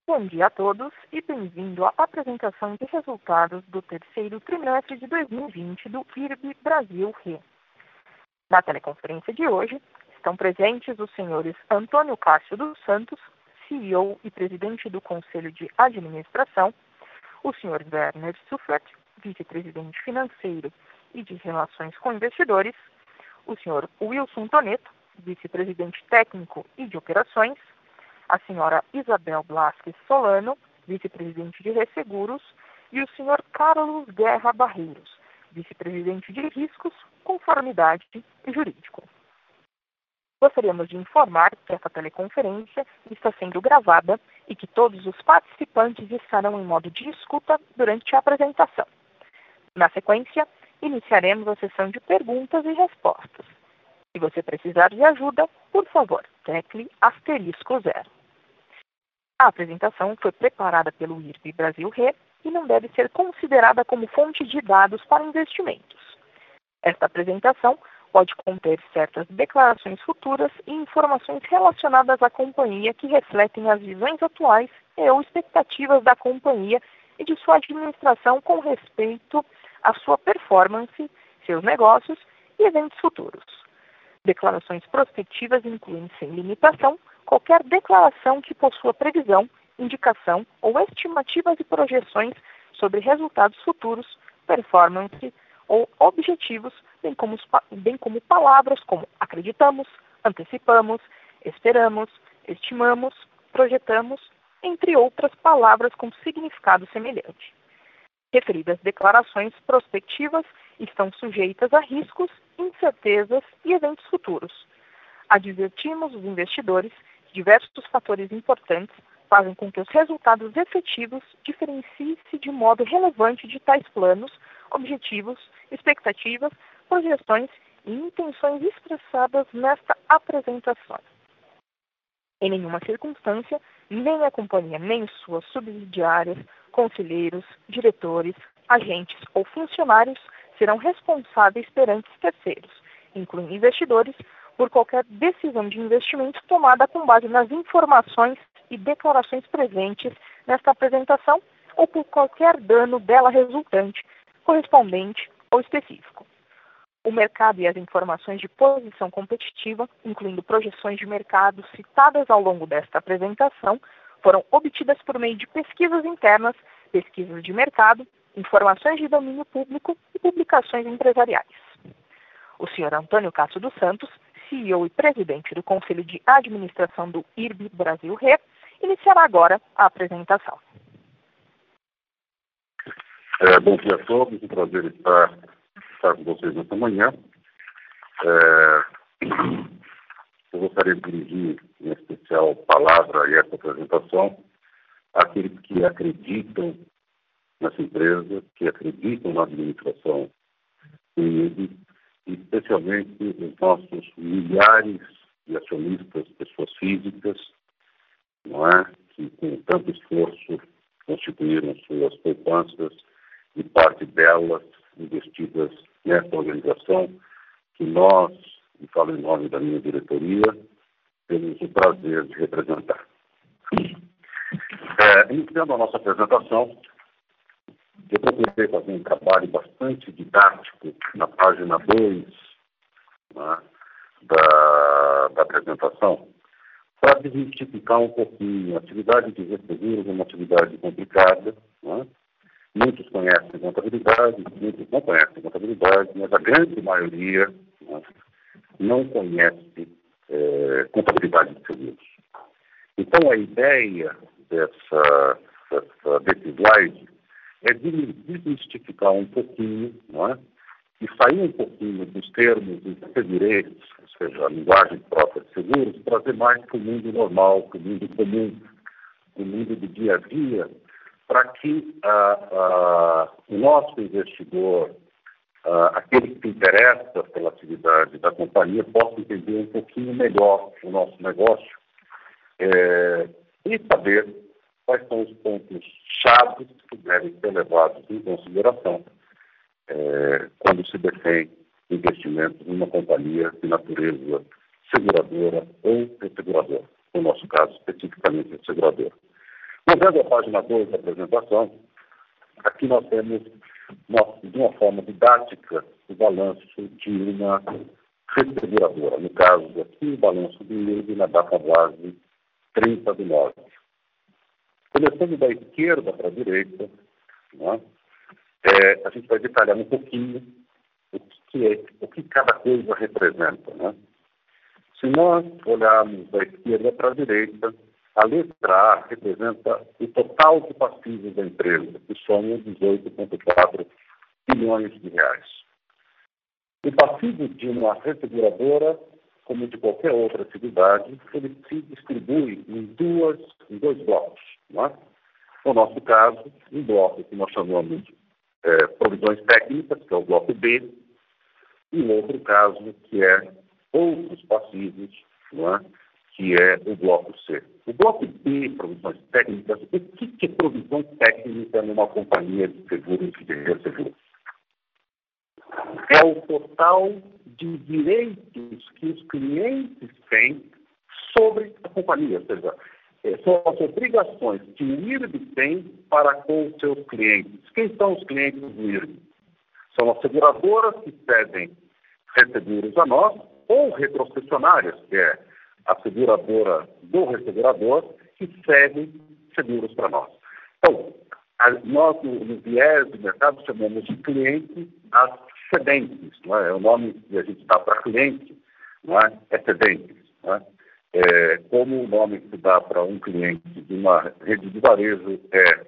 Bom dia a todos e bem-vindo à apresentação de resultados do terceiro trimestre de 2020 do IRB Brasil Re. Na teleconferência de hoje, estão presentes os senhores Antônio Cássio dos Santos, CEO e presidente do Conselho de Administração, o senhor Werner Suffert, vice-presidente financeiro e de Relações com Investidores, o senhor Wilson Toneto, vice-presidente técnico e de Operações, a senhora Isabel Blasques Solano, vice-presidente de Resseguros, e o senhor Carlos Guerra Barreiros, vice-presidente de Riscos, Conformidade e Jurídico. Gostaríamos de informar que essa teleconferência está sendo gravada e que todos os participantes estarão em modo de escuta durante a apresentação. Na sequência, iniciaremos a sessão de perguntas e respostas. Se você precisar de ajuda, por favor, tecle *0. A apresentação foi preparada pelo IRB Brasil Re e não deve ser considerada como fonte de dados para investimentos. Esta apresentação pode conter certas declarações futuras e informações relacionadas à companhia que refletem as visões atuais ou expectativas da companhia e de sua administração com respeito à sua performance, seus negócios e eventos futuros. Declarações prospectivas incluem, sem limitação, qualquer declaração que possua previsão, indicação ou estimativas e projeções sobre resultados futuros, performance ou objetivos, bem como palavras como acreditamos, antecipamos, esperamos, estimamos, projetamos, entre outras palavras com significado semelhante. Referidas declarações prospectivas estão sujeitas a riscos, incertezas e eventos futuros. Advertimos os investidores que diversos fatores importantes fazem com que os resultados efetivos diferenciem-se de modo relevante de tais planos, objetivos, expectativas, projeções e intenções expressadas nesta apresentação. Em nenhuma circunstância, nem a companhia nem suas subsidiárias, conselheiros, diretores, agentes ou funcionários serão responsáveis perante terceiros, incluindo investidores, por qualquer decisão de investimento tomada com base nas informações e declarações presentes nesta apresentação ou por qualquer dano dela resultante, correspondente ou específico. O mercado e as informações de posição competitiva, incluindo projeções de mercado citadas ao longo desta apresentação, foram obtidas por meio de pesquisas internas, pesquisas de mercado, informações de domínio público e publicações empresariais. O senhor Antônio Cássio dos Santos, CEO e presidente do Conselho de Administração do IRB Brasil Re, iniciará agora a apresentação. Bom dia a todos, um prazer estar com vocês nesta manhã. Eu gostaria de dirigir, em especial, palavra e esta apresentação àqueles que acreditam nessa empresa, que acreditam na administração do IRB, especialmente os nossos milhares de acionistas, pessoas físicas, não é? Que com tanto esforço constituíram suas poupanças e parte delas investidas nessa organização que nós, e falo em nome da minha diretoria, temos o prazer de representar. Iniciando a nossa apresentação, eu procurei fazer um trabalho bastante didático na página 2, né, da apresentação, para desmistificar um pouquinho. A atividade de resseguros é uma atividade complicada, né? Muitos conhecem contabilidade, muitos não conhecem contabilidade, mas a grande maioria, né, não conhece contabilidade de seguros. Então, a ideia desse slide é desmistificar um pouquinho, não é? E sair um pouquinho dos termos de seguros, ou seja, a linguagem própria de seguros, trazer mais para o mundo normal, para o mundo comum, para o mundo do dia a dia, para que o nosso investidor, aquele que se interessa pela atividade da companhia, possa entender um pouquinho melhor o nosso negócio e saber quais são os pontos-chave que devem ser levados em consideração quando se defende investimentos numa companhia de natureza seguradora ou resseguradora, no nosso caso, especificamente resseguradora. Vendo a página 2 da apresentação, aqui nós temos, de uma forma didática, o balanço de uma resseguradora. No caso aqui, o balanço do IRB na data base 30/9. Começando da esquerda para a direita, né, a gente vai detalhar um pouquinho o que cada coisa representa. Né? Se nós olharmos da esquerda para a direita, a letra A representa o total de passivos da empresa, que somam 18,4 bilhões de reais. O passivo de uma resseguradora, como de qualquer outra atividade, ele se distribui em dois blocos. Né? No nosso caso, um bloco que nós chamamos de provisões técnicas, que é o bloco B, e um outro caso que é outros passivos, né, que é o bloco C. O bloco B, provisões técnicas, o que é provisão técnica numa companhia de seguros e de resseguros? É o total de direitos que os clientes têm sobre a companhia, ou seja, são as obrigações que o IRB tem para com os seus clientes. Quem são os clientes do IRB? São as seguradoras que cedem resseguros a nós, ou retrocessionárias, que é a seguradora do ressegurador, que cede seguros para nós. Então, nós, no viés do mercado, chamamos de cliente as cedentes. Não é? O nome que a gente dá para cliente, não é cedentes. Não é? Como o nome que se dá para um cliente de uma rede de varejo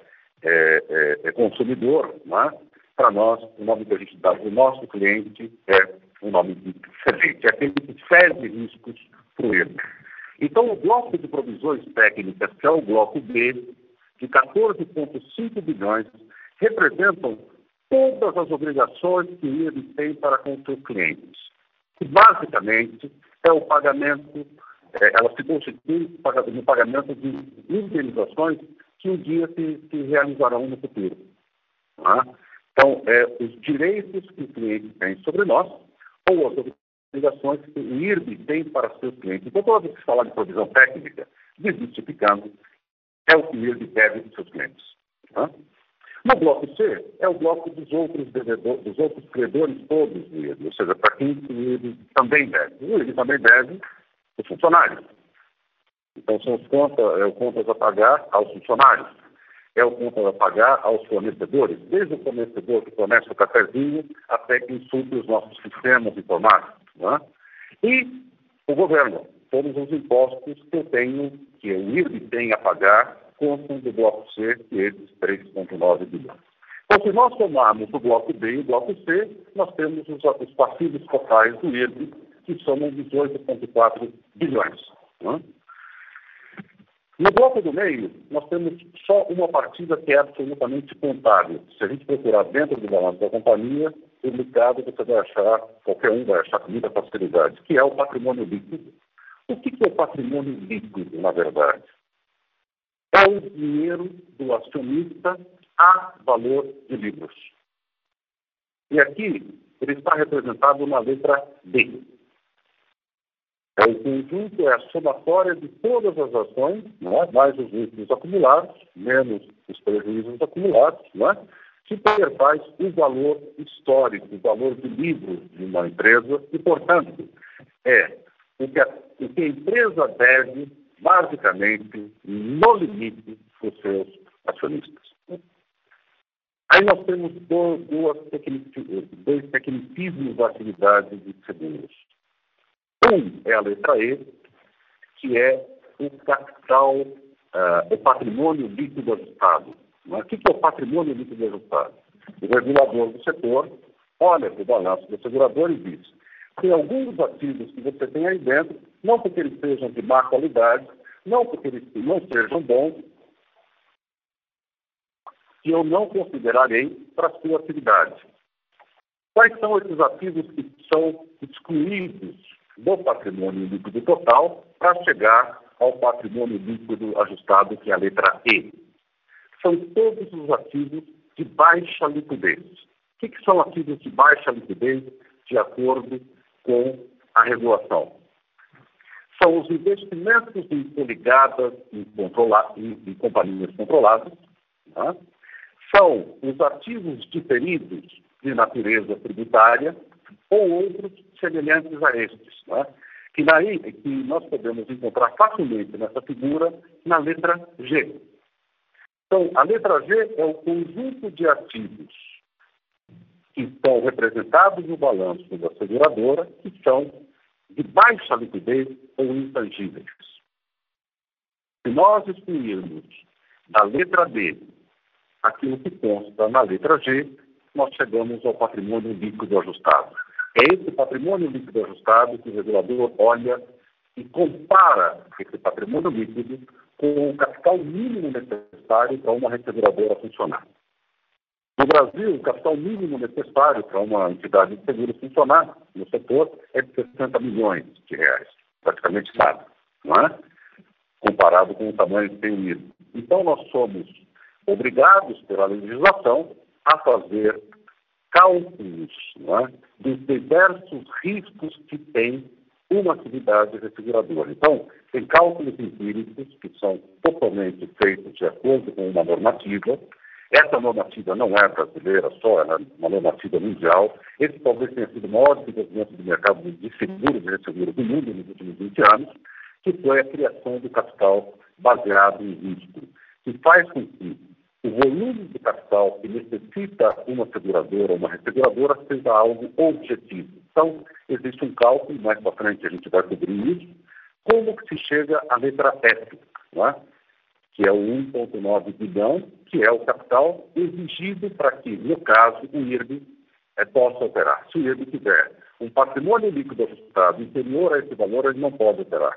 é consumidor, não é? Para nós, o nome que a gente dá para o nosso cliente é o nome de cedente, é aquele que cede riscos para o IRB. Então, o bloco de provisões técnicas, que é o bloco B, de 14,5 bilhões, representam todas as obrigações que o IRB tem para com os seus clientes. E, basicamente, é o pagamento, ela se constitui no pagamento de indenizações que um dia se realizarão no futuro. Tá? Então, os direitos que o cliente tem sobre nós, ou as obrigações que o IRB tem para seus clientes. Então, toda vez que se falar de provisão técnica, desmistificando, é o que o IRB deve dos seus clientes. Tá? No bloco C, é o bloco dos outros credores todos do IRB, ou seja, para quem o IRB também deve. O IRB também deve os funcionários. Então, são contas a pagar aos funcionários. É o contas a pagar aos fornecedores, desde o fornecedor que fornece o cafezinho até quem supre os nossos sistemas informáticos. Né? E o governo, todos os impostos que eu tenho, que o IRB tem a pagar, constam do bloco C, que é esses 3,9 bilhões. Então, se nós somarmos o bloco B e o bloco C, nós temos os passivos totais do IRB, que somam 18,4 bilhões. Né? No bloco do meio, nós temos só uma partida que é absolutamente contábil. Se a gente procurar dentro do balanço da companhia, publicado, você vai achar, qualquer um vai achar com muita facilidade, que é o patrimônio líquido. O que é o patrimônio líquido, na verdade? É o dinheiro do acionista a valor de livros. E aqui, ele está representado na letra D. É o conjunto, é a somatória de todas as ações, não é? Mais os lucros acumulados, menos os prejuízos acumulados, não é? Que faz o valor histórico, o valor de livros de uma empresa, e, portanto, é o que a empresa deve, basicamente, no limite, para os seus acionistas. Aí nós temos dois tecnicismos da atividade de seguros. Um é a letra E, que é o capital, o patrimônio líquido ajustado. O que é o patrimônio líquido ajustado? O regulador do setor olha para o balanço do segurador e diz: tem alguns ativos que você tem aí dentro, não porque eles sejam de má qualidade, não porque eles não sejam bons, que eu não considerarei para a sua atividade. Quais são esses ativos que são excluídos do patrimônio líquido total para chegar ao patrimônio líquido ajustado, que é a letra E? São todos os ativos de baixa liquidez. O que são ativos de baixa liquidez de acordo com a regulação? são os investimentos em coligadas em companhias controladas, né? São os ativos diferidos de natureza tributária ou outros semelhantes a estes, né? Que nós podemos encontrar facilmente nessa figura na letra G. Então, a letra G é o conjunto de ativos que estão representados no balanço da seguradora, que são de baixa liquidez ou intangíveis. Se nós excluirmos da letra B aquilo que consta na letra G, nós chegamos ao patrimônio líquido ajustado. É esse patrimônio líquido ajustado que o regulador olha e compara esse patrimônio líquido com o capital mínimo necessário para uma resseguradora funcionar. No Brasil, o capital mínimo necessário para uma entidade de seguros funcionar no setor é de 60 milhões de reais, praticamente nada, não é? Comparado com o tamanho do Reino Unido. Então, nós somos obrigados, pela legislação, a fazer cálculos, não é, dos diversos riscos que tem uma atividade resseguradora. Então, tem cálculos empíricos que são totalmente feitos de acordo com uma normativa. Essa normativa não é brasileira só, ela é uma normativa mundial. Esse talvez tenha sido o maior desenvolvimento do mercado de seguros e resseguros do mundo nos últimos 20 anos, que foi a criação do capital baseado em risco, que faz com que o volume de capital que necessita uma seguradora ou uma resseguradora seja algo objetivo. Então, existe um cálculo, mais para frente a gente vai cobrir isso, como que se chega à letra F, não é? Que é o 1,9 bilhão, que é o capital exigido para que, no caso, o IRB possa operar. Se o IRB tiver um patrimônio líquido ajustado inferior a esse valor, ele não pode operar.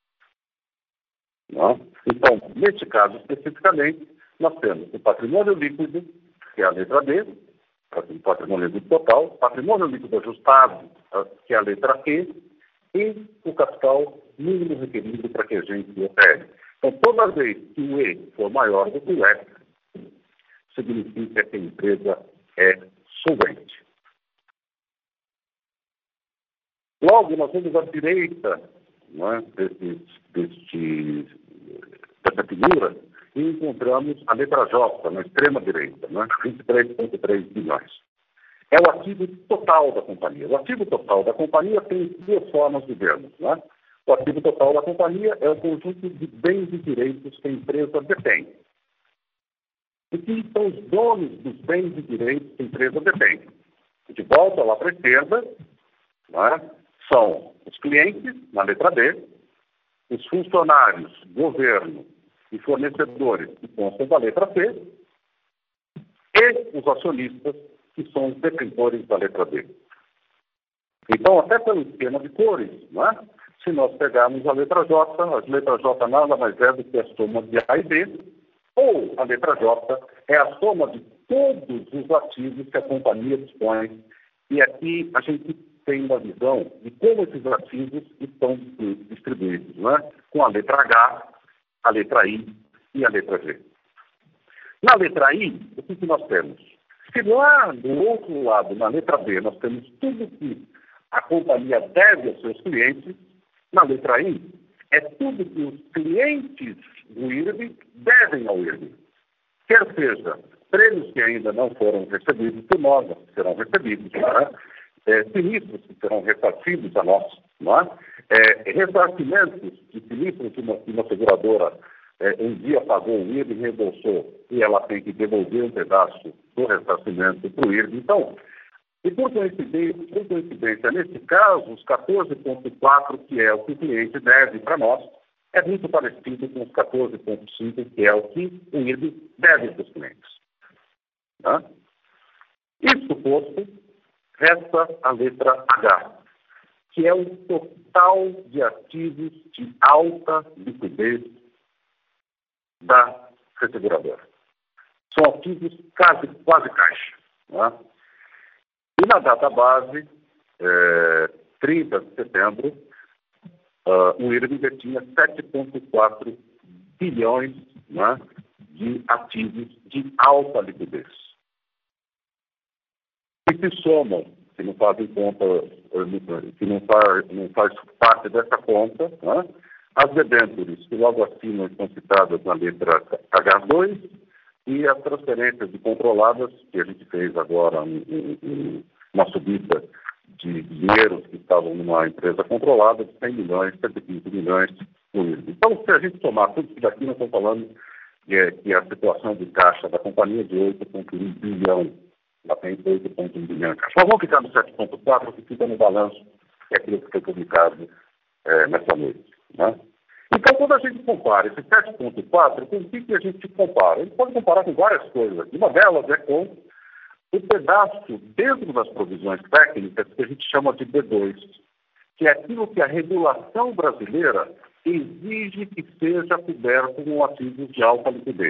Não? Então, neste caso especificamente, nós temos o patrimônio líquido, que é a letra D, o patrimônio líquido total, patrimônio líquido ajustado, que é a letra E, e o capital mínimo requerido para que a gente opere. Então, toda vez que o E for maior do que o F, significa que a empresa é solvente. Logo, nós vamos à direita, não é, dessa figura, e encontramos a letra J, na extrema direita, né, 23,3 bilhões. É o ativo total da companhia. O ativo total da companhia tem duas formas de vermos, né? O ativo total da companhia é o conjunto de bens e direitos que a empresa detém. E quem são os donos dos bens e direitos que a empresa detém? De volta lá para a esquerda, né, são os clientes, na letra D, os funcionários, governo e fornecedores, que constam da letra C, e os acionistas, que são os detentores da letra D. Então, até pelo esquema de cores, né? Se nós pegarmos a letra J nada mais é do que a soma de A e B, ou a letra J é a soma de todos os ativos que a companhia dispõe. E aqui a gente tem uma visão de como esses ativos estão distribuídos, né? Com a letra H, a letra I e a letra G. Na letra I, o que nós temos? Se lá do outro lado, na letra B, nós temos tudo que a companhia deve aos seus clientes, na letra I, é tudo que os clientes do IRB devem ao IRB. Quer seja, prêmios que ainda não foram recebidos por nós, serão recebidos, né? Sinistros que serão ressarcidos a nós, ressarcimentos de sinistros que uma seguradora um dia pagou o IRB e reembolsou, e ela tem que devolver um pedaço do ressarcimento para o IRB. Então, e por coincidência, nesse caso, os 14,4, que é o que o cliente deve para nós, é muito parecido com os 14,5, que é o que o IRB deve para os clientes. Tá? Isso posto, resta a letra H, que é o total de ativos de alta liquidez da resseguradora. São ativos quase caixa. Tá? E na data base, 30 de setembro, o IRB detinha 7,4 bilhões, né, de ativos de alta liquidez. E se somam, se não fazem conta que não faz parte dessa conta, né? As debêntures que logo acima estão citadas na letra H2 e as transferências de controladas, que a gente fez agora uma subida de dinheiros que estavam numa empresa controlada de 100 milhões, 115 milhões por ano. Então, se a gente somar tudo isso daqui, nós estamos falando que a situação de caixa da companhia é de 8,1 bilhão. Ela tem 8,1 bilhão de caixa. Nós vamos ficar no 7,4, que fica no balanço, que é aquilo que foi publicado nessa noite. Né? Então, quando a gente compara esse 7,4, com o que a gente compara? A gente pode comparar com várias coisas. Uma delas é com o pedaço dentro das provisões técnicas que a gente chama de B2, que é aquilo que a regulação brasileira exige que seja coberto com ativos de alta liquidez.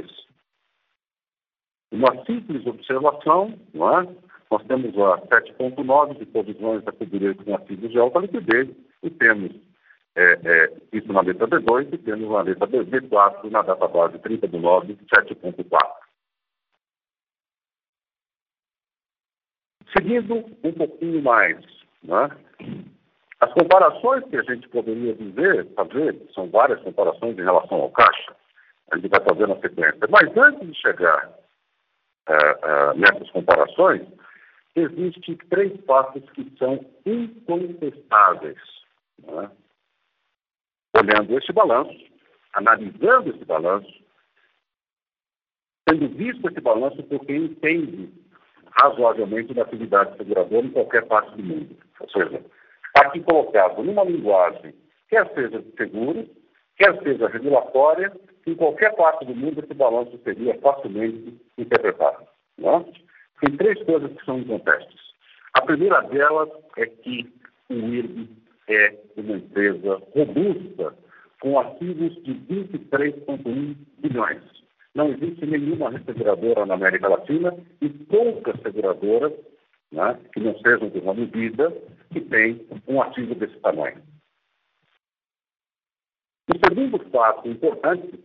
Uma simples observação, não é? Nós temos a 7,9 de provisões a cobrir com ativos de alta liquidez e temos isso na letra B2 e temos na letra B4 na database 30/9, 7,4. Seguindo um pouquinho mais, né? As comparações que a gente poderia fazer, são várias comparações em relação ao caixa, a gente vai fazer na sequência. Mas antes de chegar nessas comparações, existem 3 fatos que são incontestáveis. Né? Olhando este balanço, analisando esse balanço, tendo visto esse balanço por quem entende razoavelmente da atividade seguradora em qualquer parte do mundo. Ou seja, aqui colocado numa linguagem, quer seja de seguro, quer seja regulatória, em qualquer parte do mundo esse balanço seria facilmente interpretado. Não? Tem 3 coisas que são incontestes. A primeira delas é que o IRB é uma empresa robusta, com ativos de 23,1 bilhões. Não existe nenhuma seguradora na América Latina e poucas seguradoras, né, que não sejam de ramo vida, que tem um ativo desse tamanho. O segundo fato importante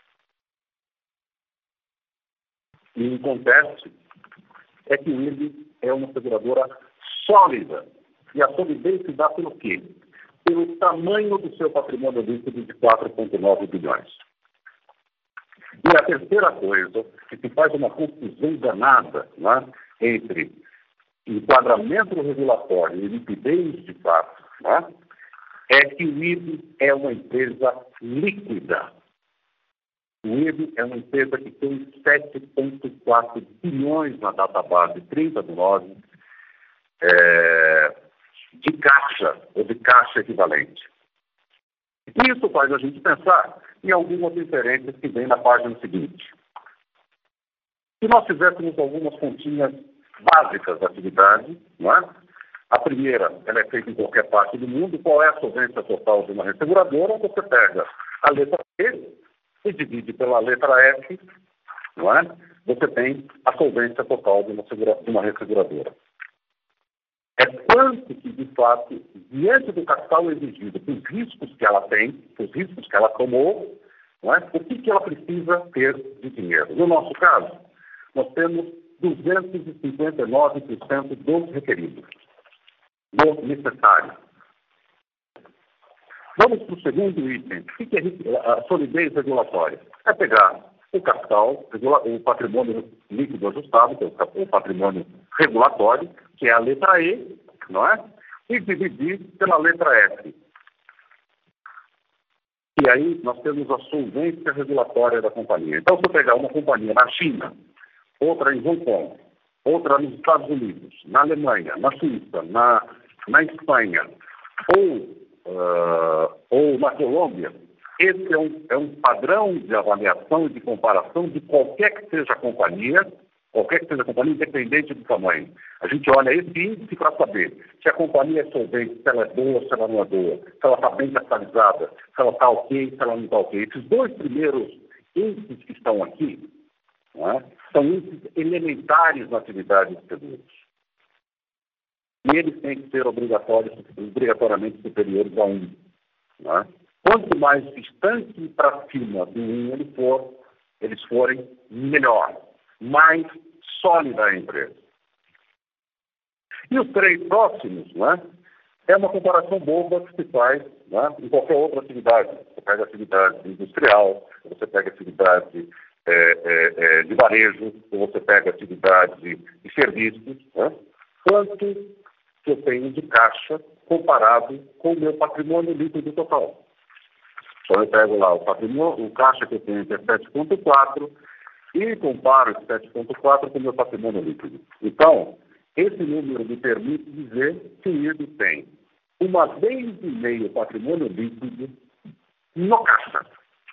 e inconteste é que o IRB é uma seguradora sólida. E a solidez se dá pelo quê? Pelo tamanho do seu patrimônio líquido de 4,9 bilhões. E a terceira coisa, que se faz uma confusão danada, né, entre enquadramento regulatório e liquidez de fato, né, é que o IRB é uma empresa líquida. O IRB é uma empresa que tem 7,4 bilhões na database 30/9 de caixa, ou de caixa equivalente. Isso faz a gente pensar em algumas diferenças que vem na página seguinte. Se nós fizéssemos algumas continhas básicas da atividade, não é? A primeira, ela é feita em qualquer parte do mundo. Qual é a solvência total de uma resseguradora? Você pega a letra E e divide pela letra F, não é? Você tem a solvência total de uma resseguradora. É quanto que, de fato, diante do capital exigido, dos riscos que ela tem, dos riscos que ela tomou, não é? O que ela precisa ter de dinheiro? No nosso caso, nós temos 259% dos requeridos, do necessário. Vamos para o segundo item. O que é a solidez regulatória? É pegar o capital, o patrimônio líquido ajustado, que é o patrimônio regulatório, que é a letra E, não é? E dividir pela letra F. E aí nós temos a solvência regulatória da companhia. Então, se eu pegar uma companhia na China, outra em Hong Kong, outra nos Estados Unidos, na Alemanha, na Suíça, na Espanha, ou na Colômbia, esse é um padrão de avaliação e de comparação de qualquer que seja a companhia, independente do tamanho. A gente olha esse índice para saber se a companhia é solvente, se ela é boa, se ela não é boa, se ela está bem capitalizada, se ela está ok, se ela não está ok. Esses 2 primeiros índices que estão aqui, não é? São índices elementares na atividade de seguros. E eles têm que ser obrigatoriamente superiores a 1. Não é? Quanto mais distante para cima do 1 eles forem, melhor. Mais sólida a empresa. E os 3 próximos, não é? É uma comparação boba que se faz, né, em qualquer outra atividade. Você pega atividade industrial, você pega atividade de varejo, ou você pega atividade de serviços, né? Quanto que eu tenho de caixa comparado com o meu patrimônio líquido total. Então eu pego lá o caixa que eu tenho que é 7,4 e comparo esse 7,4 com o meu patrimônio líquido. Então, esse número me permite dizer que o IRB tem 1,5 vezes patrimônio líquido no caixa.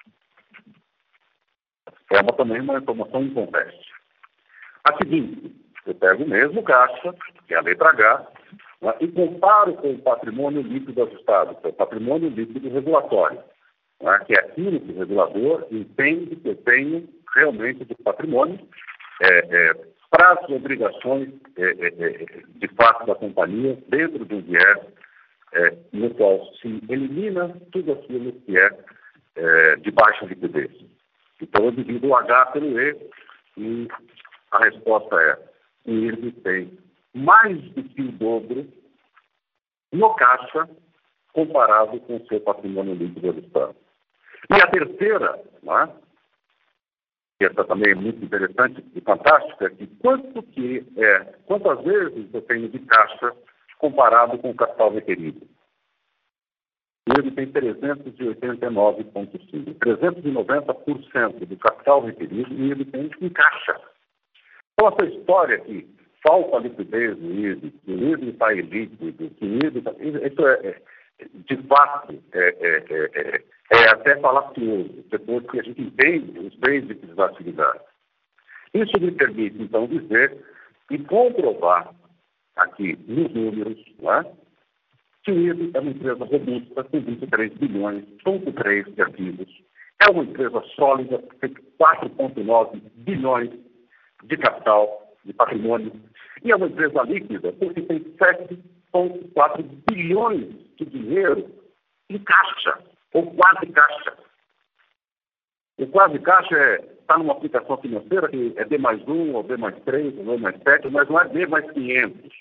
É também uma informação em conteste. A seguinte, eu pego o mesmo caixa, que é a letra H, né, e comparo com o patrimônio líquido ajustado, que é o patrimônio líquido regulatório, né, que é aquilo que o regulador entende que eu tenho realmente de patrimônio para as obrigações de fato da companhia dentro de um viés no qual se elimina tudo aquilo que é de baixa liquidez. Então, eu divido o H pelo E e a resposta é: o IRB tem mais do que o dobro no caixa comparado com o seu patrimônio líquido ajustado. E a terceira, né, que essa também é muito interessante e fantástica, é que quantas vezes eu tenho de caixa comparado com o capital requerido. Ele tem 389,5%. 390% do capital requerido e ele tem em caixa. Então, essa história que falta liquidez no IRB, que o IRB está ilíquido, que o IRB está... Isso de fato, é até falacioso, depois que a gente entende os básicos da atividade. Isso me permite, então, dizer e comprovar aqui nos números, né, que o IRB é uma empresa robusta, com 23 bilhões, 0,3 de ativos. É uma empresa sólida, tem 4,9 bilhões de capital, de patrimônio. E é uma empresa líquida, porque tem 7,4 bilhões de dinheiro em caixa, ou quase caixa. O quase caixa está numa aplicação financeira que é D mais 1, ou D mais 3, ou D mais 7, mas não é D mais 500.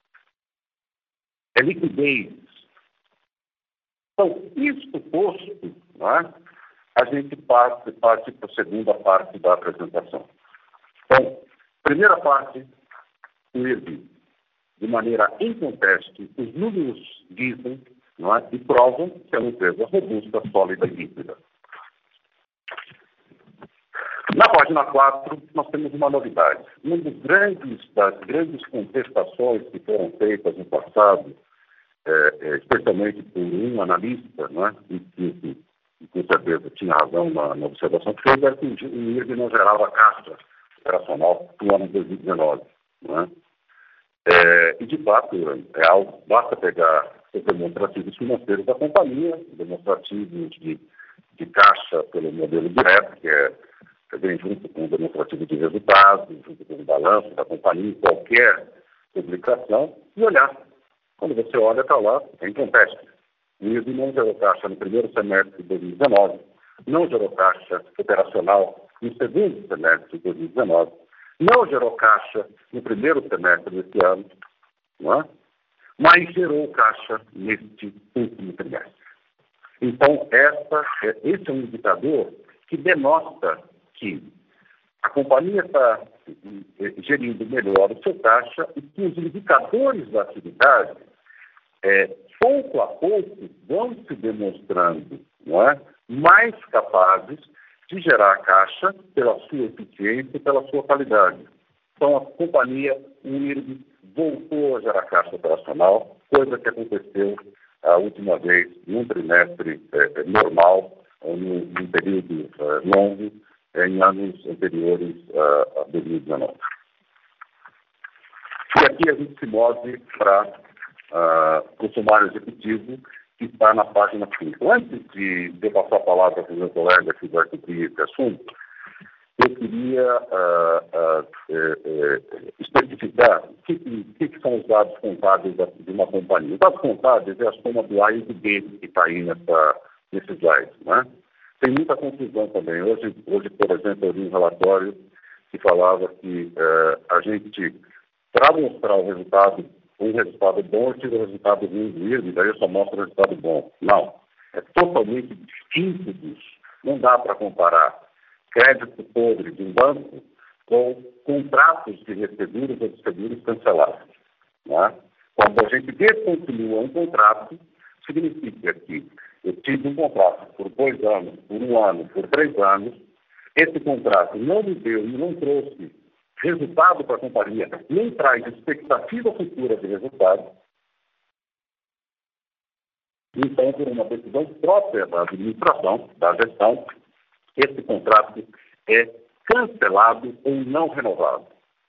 É liquidez. Então, isto posto, né, a gente parte para a segunda parte da apresentação. Então, primeira parte, o IRB, de maneira inconteste, os números dizem, não é, e provam que é uma empresa robusta, sólida e líquida. Na página 4, nós temos uma novidade. Uma das grandes contestações que foram feitas no passado, especialmente por um analista, né, e que com certeza tinha razão na observação que fez, era que o IRB não gerava caixa operacional no ano de 2019. Né? E, de fato, basta pegar os demonstrativos financeiros da companhia, demonstrativos de caixa pelo modelo direto, que vem junto com o demonstrativo de resultados, junto com o balanço da companhia, qualquer publicação, e olhar. Quando você olha, está lá, é inconteste. O IRB não gerou caixa no primeiro semestre de 2019, não gerou caixa operacional no segundo semestre de 2019, não gerou caixa no primeiro semestre desse ano, não é? Mas gerou caixa neste último trimestre. Então, esse é um indicador que denota que a companhia está gerindo melhor o seu caixa e que os indicadores da atividade, pouco a pouco, vão se demonstrando, não é, mais capazes de gerar caixa pela sua eficiência e pela sua qualidade. Então, a companhia, o IRB, voltou a gerar caixa operacional, coisa que aconteceu a última vez num trimestre normal, ou num período longo, em anos anteriores a 2019. E aqui a gente se move para o sumário executivo, que está na página 5. Antes de eu passar a palavra para o meu colega que vai cobrir esse assunto, eu queria especificar o que são os dados contábeis de uma companhia. Os dados contábeis é a soma do A e do B que está aí nesse slide, né? Tem muita confusão também. Hoje, por exemplo, eu li um relatório que falava que a gente, para mostrar o resultado um resultado bom, eu tiro o resultado ruim do IRB, daí eu só mostro o resultado bom. Não. É totalmente distinto disso. Não dá para comparar crédito podre de um banco com contratos de resseguros ou de seguros cancelados. Né? Quando a gente descontinua um contrato, significa que eu tive um contrato por 2 anos, por 1 ano, por 3 anos, esse contrato não me deu e não trouxe resultado para a companhia, nem traz expectativa futura de resultado. Então, por uma decisão própria da administração, da gestão, esse contrato é cancelado ou não renovado.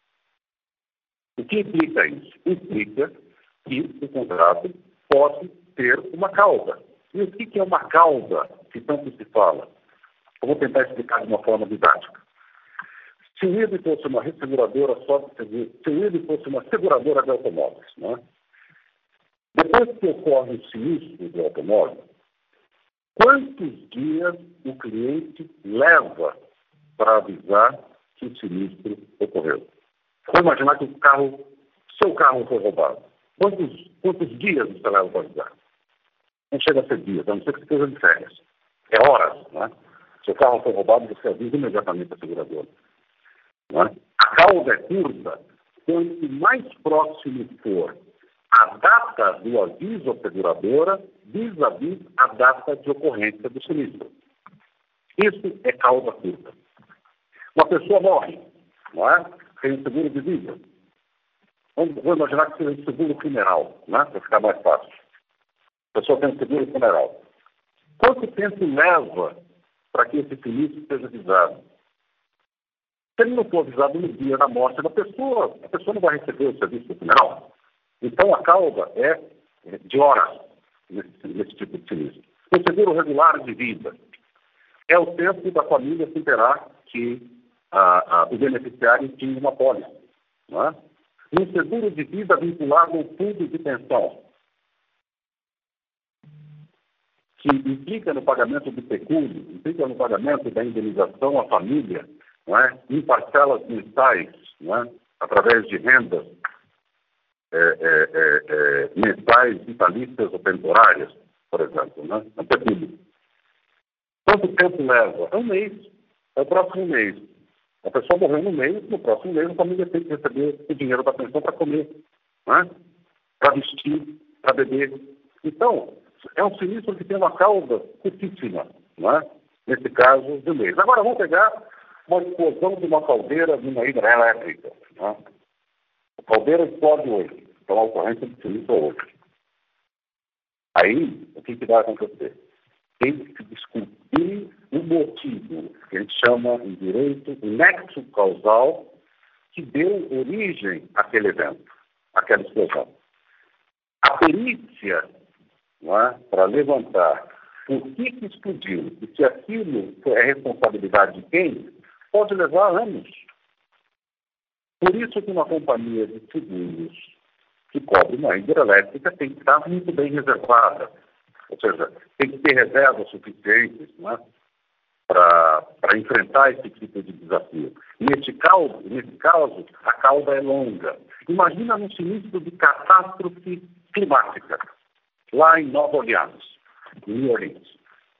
O que implica isso? Implica que o contrato pode ter uma causa. E o que é uma causa que tanto se fala? Eu vou tentar explicar de uma forma didática. Se o IRB fosse uma resseguradora só de seguro, se o IRB fosse uma seguradora de automóveis, né? Depois que ocorre o sinistro do automóvel, quantos dias o cliente leva para avisar que o sinistro ocorreu? Vamos imaginar que seu carro foi roubado. Quantos dias você leva para avisar? Não chega a ser dias, a não ser que esteja de férias. É horas, né? Seu carro foi roubado, você avisa imediatamente a seguradora. Né? A causa é curta. Quanto mais próximo for a data do aviso à seguradora, vis-à-vis a data de ocorrência do sinistro. Isso é causa curta. Uma pessoa morre, não é? Tem um seguro de vida. Vamos imaginar que seja um seguro funeral, né? Para ficar mais fácil. A pessoa tem um seguro funeral. Quanto tempo leva para que esse sinistro seja avisado? Se ele não for avisado no dia da morte da pessoa, a pessoa não vai receber o serviço do funeral. Então, a causa é de horas nesse tipo de sinistro. O seguro regular de vida é o tempo da família se interar que o beneficiário tinha uma pólice. Não é? Um seguro de vida vinculado ao fundo de pensão, que implica no pagamento do pecúlio, implica no pagamento da indenização à família, não é? Em parcelas mensais, não é? Através de rendas mensais, vitalícias ou temporárias, por exemplo, né? É pecúlio. Quanto tempo leva? É um mês. É o próximo mês. A pessoa morreu no mês, no próximo mês a família tem que receber o dinheiro da pensão para comer, né? Para vestir, para beber. Então, é um sinistro que tem uma causa curtíssima, né? Nesse caso, de um mês. Agora, vamos pegar uma explosão de uma caldeira de uma hidrelétrica. Né? A caldeira explode hoje. Então, a ocorrência de sinistro hoje. Aí, o que vai acontecer? Tem que descobrir o motivo, que a gente chama em direito o nexo causal, que deu origem àquele evento, àquela explosão. A perícia, não é, para levantar por que explodiu e se aquilo é responsabilidade de quem, pode levar anos. Por isso que uma companhia de seguros que cobre uma hidrelétrica tem que estar muito bem reservada. Ou seja, tem que ter reservas suficientes, não é, para enfrentar esse tipo de desafio. Nesse caso, a cauda é longa. Imagina num sinistro de catástrofe climática, lá em Nova Orleans, em New Orleans.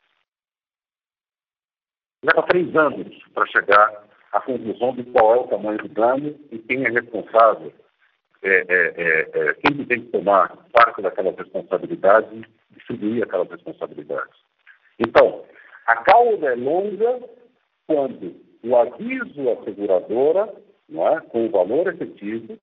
Leva 3 anos para chegar à conclusão de qual é o tamanho do dano e quem é responsável, quem tem que tomar parte daquelas responsabilidades e distribuir aquelas responsabilidades. Então, a cauda é longa quando o aviso à seguradora, não é, com o valor efetivo,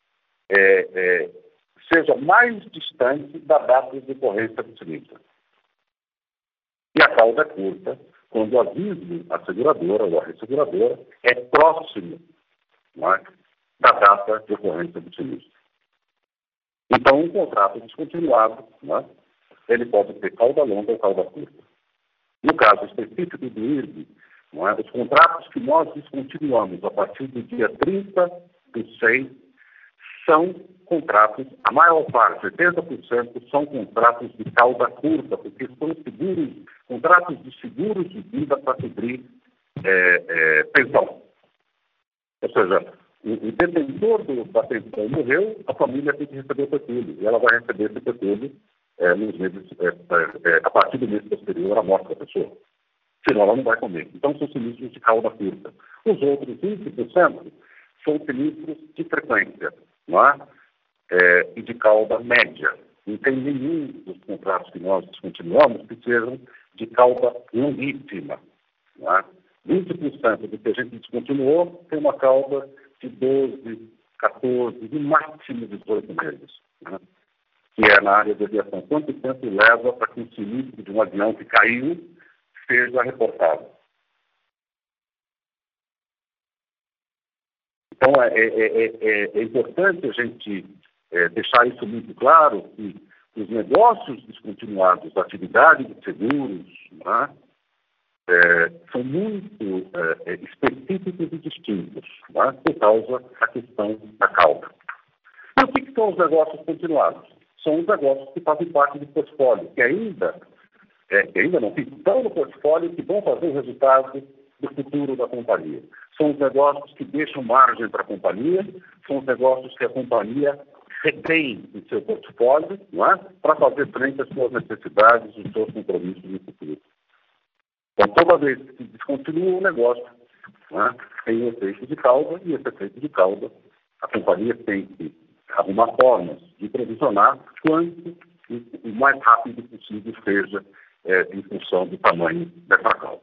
seja mais distante da data de ocorrência do sinistro. E a cauda é curta quando o aviso à seguradora ou à resseguradora é próximo, não é, da data de ocorrência do sinistro. Então, um contrato descontinuado, não é, ele pode ter cauda longa ou cauda curta. No caso específico do IRB, não é, os contratos que nós descontinuamos a partir do dia 30/6 são contratos, a maior parte, 80%, são contratos de cauda curta, porque são contratos de seguros de vida para cobrir pensão. Ou seja, o detentor da pensão morreu, a família tem que receber o pecúlio. E ela vai receber esse pecúlio nos meses, a partir do mês posterior à morte da pessoa. Senão ela não vai comer. Então são sinistros de cauda curta. Os outros 20% são sinistros de frequência, não é? E de cauda média. Não tem nenhum dos contratos que nós descontinuamos que sejam de cauda longuíssima. Não é? 20% do que a gente descontinuou tem uma cauda de 12, 14, no máximo 18 meses, né? Que é na área de aviação. Quanto tempo leva para que um sinistro de um avião que caiu seja reportado? Então, é importante a gente deixar isso muito claro, que os negócios descontinuados da atividade de seguros, né, são muito específicos e distintos, né, por causa da questão da cauda. E o que são os negócios continuados? São os negócios que fazem parte do portfólio, que ainda não estão no portfólio, que vão fazer o resultado do futuro da companhia. São os negócios que deixam margem para a companhia, são os negócios que a companhia retém em seu portfólio, não é? Para fazer frente às suas necessidades e aos seus compromissos no futuro. Então, toda vez que descontinua o negócio, não é? Tem o efeito de cauda, e esse efeito de cauda, a companhia tem que arrumar formas de provisionar quanto o mais rápido possível seja em função do tamanho dessa cauda.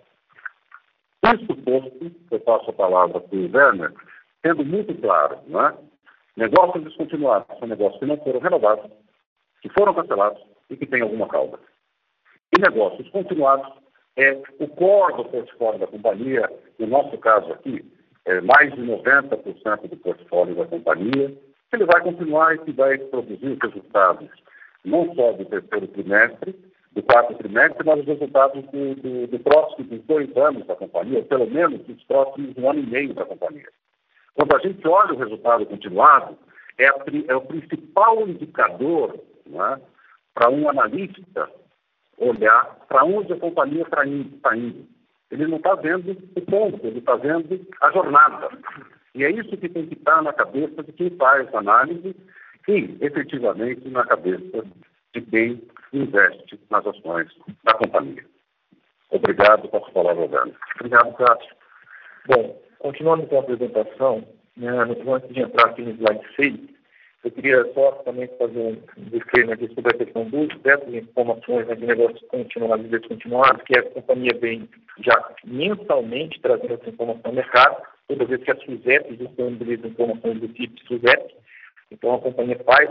Isso posto, eu passo a palavra para o Werner, sendo muito claro, não é? Negócios descontinuados são negócios que não foram renovados, que foram cancelados e que têm alguma cauda. E negócios continuados é o core do portfólio da companhia, no nosso caso aqui, mais de 90% do portfólio da companhia, que ele vai continuar e que vai produzir resultados não só do terceiro trimestre, do quarto trimestre, mas os resultados do próximo, dos 2 anos da companhia, ou pelo menos dos próximos 1 ano e meio da companhia. Quando a gente olha o resultado continuado, é o principal indicador, né, para um analista olhar para onde a companhia está indo. Ele não está vendo o ponto, ele está vendo a jornada. E é isso que tem que estar na cabeça de quem faz análise e, efetivamente, na cabeça de quem investe nas ações da companhia. Obrigado, posso falar, Roberto. Obrigado, Cássio. Bom, continuando com a apresentação, né, antes de entrar aqui no slide 6, eu queria só também fazer um disclaimer aqui sobre a questão dessas informações, né, de negócios continuados e descontinuados, que a companhia vem já mensalmente trazendo essa informação ao mercado, toda vez que a SUSEP disponibiliza informações do tipo SUSEP. Então, a companhia faz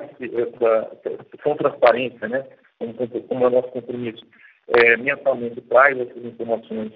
com transparência, né, como é o nosso compromisso, mensalmente traz essas informações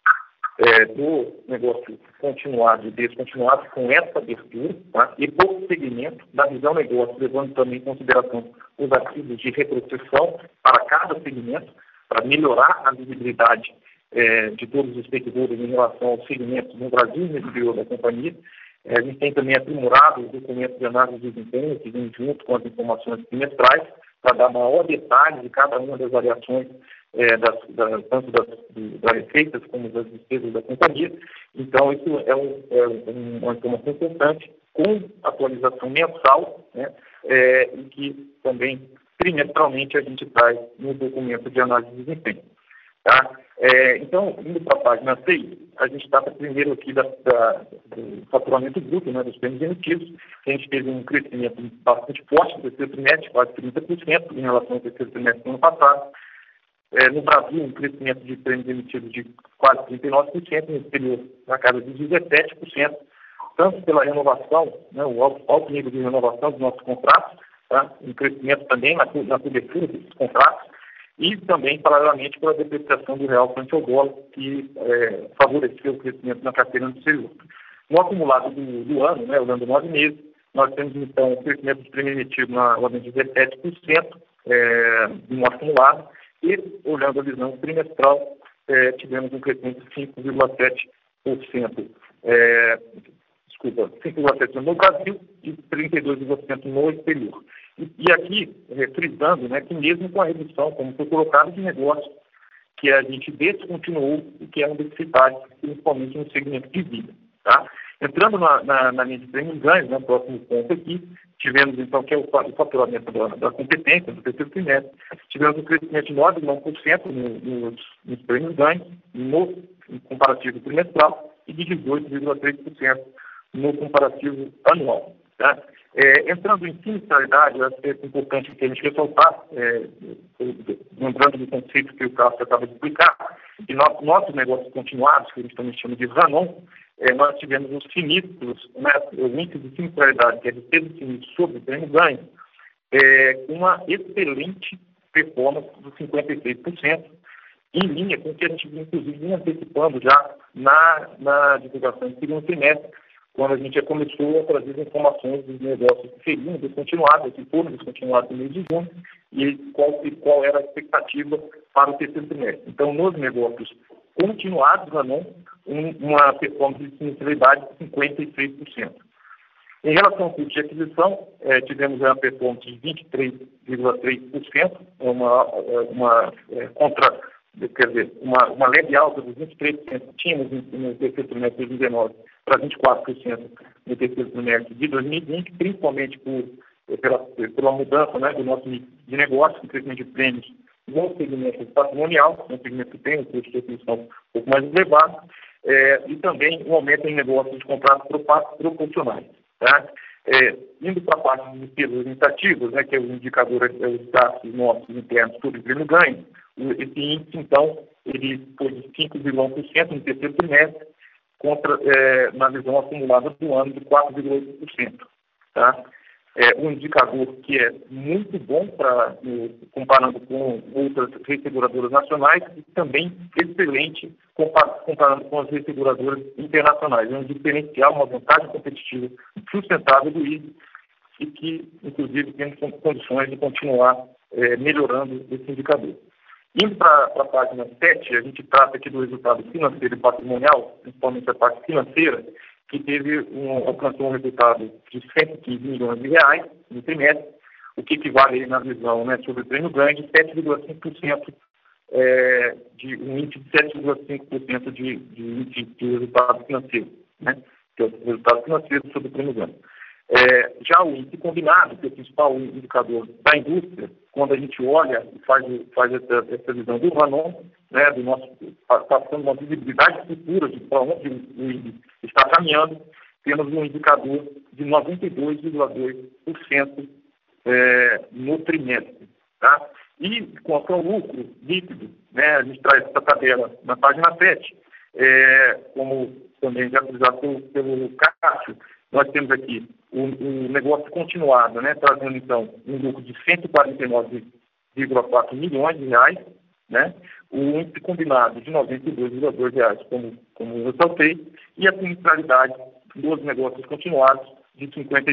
do negócio continuado e descontinuado com essa abertura, tá? E por segmento da visão negócio, levando também em consideração os ativos de retrocessão para cada segmento, para melhorar a visibilidade de todos os stakeholders em relação aos segmentos no Brasil e no exterior da companhia. A gente tem também aprimorado os documentos de análise de desempenho que vem junto com as informações trimestrais para dar maior detalhe de cada uma das variações tanto das receitas como das despesas da companhia. Então, isso é uma informação importante, com atualização mensal, né, e que também trimestralmente a gente traz no documento de análise de desempenho. Tá? Então, indo para a página 6, a gente está primeiro aqui do faturamento bruto, né, dos prêmios emitidos. A gente teve um crescimento bastante forte no terceiro trimestre, quase 30% em relação ao terceiro trimestre do ano passado. No Brasil, um crescimento de prêmios emitidos de quase 39%, no exterior, na casa de 17%, tanto pela renovação, né, o alto nível de renovação dos nossos contratos, tá? Um crescimento também na cobertura desses contratos, e também, paralelamente, pela depreciação do real frente ao dólar, que favoreceu o crescimento na carteira do exterior. No acumulado do ano, né, olhando 9 meses, nós temos, então, um crescimento de prêmio emitido na ordem de 17% no acumulado, e, olhando a visão trimestral, tivemos um crescimento de 5,7%. 5,7% no Brasil e 32% no exterior. E aqui, frisando, né, que mesmo com a redução, como foi colocado, de negócio, que a gente descontinuou e que é um deficitário, principalmente no segmento de vida. Tá? Entrando na linha de prêmios ganhos, né, próximo ponto aqui, tivemos, então, que é o faturamento da competência do terceiro trimestre, tivemos um crescimento de 9,1% nos prêmios ganhos, no comparativo trimestral, e de 18,3% no comparativo anual. Tá? Entrando em sinistralidade, acho que é importante que a gente ressaltar, lembrando do conceito que o Cássio acaba de explicar, que nossos negócios continuados, que a gente também chama de RANON, nós tivemos os sinistros, né, o índice de sinistralidade, que é de peso sinistro sobre o prêmio ganho, uma excelente performance dos 56%, em linha com o que a gente, inclusive, vinha antecipando já na divulgação do segundo trimestre, quando a gente já começou a trazer informações dos negócios que seriam descontinuados, que foram descontinuados no mês de junho, e qual era a expectativa para o terceiro trimestre. Então, nos negócios continuados, uma performance de sinistralidade de 56%. Em relação ao custo de aquisição, tivemos uma performance de 23,3%, uma leve alta dos 23% que tínhamos no terceiro trimestre de 2019 para 24% no terceiro trimestre de 2020, principalmente pela mudança, né, do nosso mix de negócio, o crescimento de prêmios no segmento patrimonial, um segmento que tem um custo de aquisição um pouco mais elevado, e também um aumento em negócios de contratos proporcionais. Tá? Indo para a parte de despesas administrativas, né, que é o indicador, os gastos nossos internos sobre o prêmio ganho, esse índice, então, ele foi de 5,1% no terceiro trimestre, na visão acumulada do ano de 4,8%. Tá? Um indicador que é muito bom comparando com outras resseguradoras nacionais e também excelente comparando com as resseguradoras internacionais. É um diferencial, uma vantagem competitiva sustentável do ISE e que, inclusive, temos condições de continuar melhorando esse indicador. Indo para a página 7, a gente trata aqui do resultado financeiro e patrimonial, principalmente a parte financeira, que alcançou um resultado de 115 milhões de reais no trimestre, o que equivale na visão, né, sobre o prêmio ganho de 7,5%, de um índice de 7,5% de resultado financeiro, né, que é o resultado financeiro sobre o prêmio ganho. Já o índice combinado, que é o principal indicador da indústria, quando a gente olha e faz essa visão do RANON, né, passando uma visibilidade futura de para onde o índice está caminhando, temos um indicador de 92,2% no trimestre. Tá? E quanto ao lucro líquido, né, a gente traz essa tabela na página 7, como também já utilizado pelo Cássio, nós temos aqui o negócio continuado, né, trazendo, então, um lucro de 149,4 milhões de reais, né, o índice combinado de 92,2 reais, como eu ressaltei, e a sinistralidade dos negócios continuados de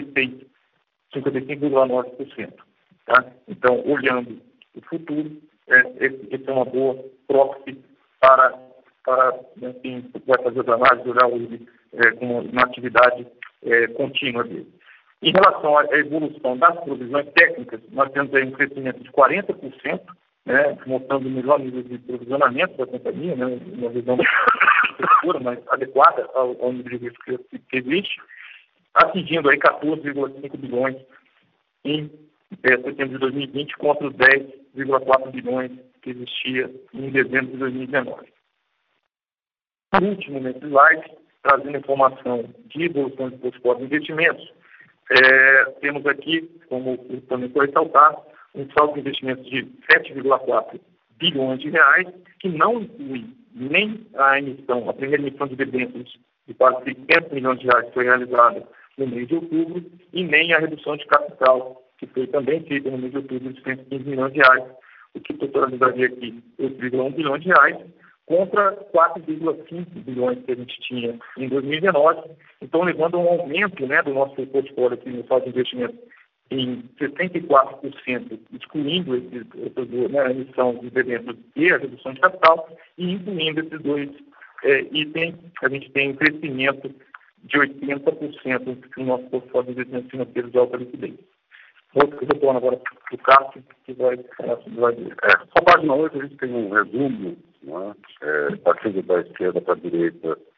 55,9%. Tá? Então, olhando o futuro, esse é uma boa proxy para enfim, vai fazer as análises, olhar o ISE como uma atividade contínua dele. Em relação à evolução das provisões técnicas, nós temos aí um crescimento de 40%, né, mostrando o melhor nível de provisionamento da companhia, né, uma visão estrutura mais adequada ao nível de risco que existe, atingindo aí 14,5 bilhões em setembro de 2020 contra os 10,4 bilhões que existia em dezembro de 2019. Por último, nesse slide, trazendo informação de evolução de portfólio de investimentos, temos aqui, como também foi ressaltar, um saldo de investimentos de 7,4 bilhões de reais, que não inclui nem a primeira emissão de debêntures de quase 600 milhões de reais que foi realizada no mês de outubro, e nem a redução de capital, que foi também feita no mês de outubro de 115 milhões de reais, o que totalizaria aqui 8,1 bilhões de reais, contra 4,5 bilhões que a gente tinha em 2019. Então, levando a um aumento, né, do nosso portfólio aqui no saldo de investimento em 64%, excluindo a emissão de debêntures e a redução de capital, e incluindo esses dois itens, a gente tem um crescimento de 80% no nosso portfólio de investimentos financeiros de alta liquidez. Outro retorno agora para o Cássio, que vai falar sobre isso. Só página 8, a gente tem um resumo, né, partindo da esquerda para a direita,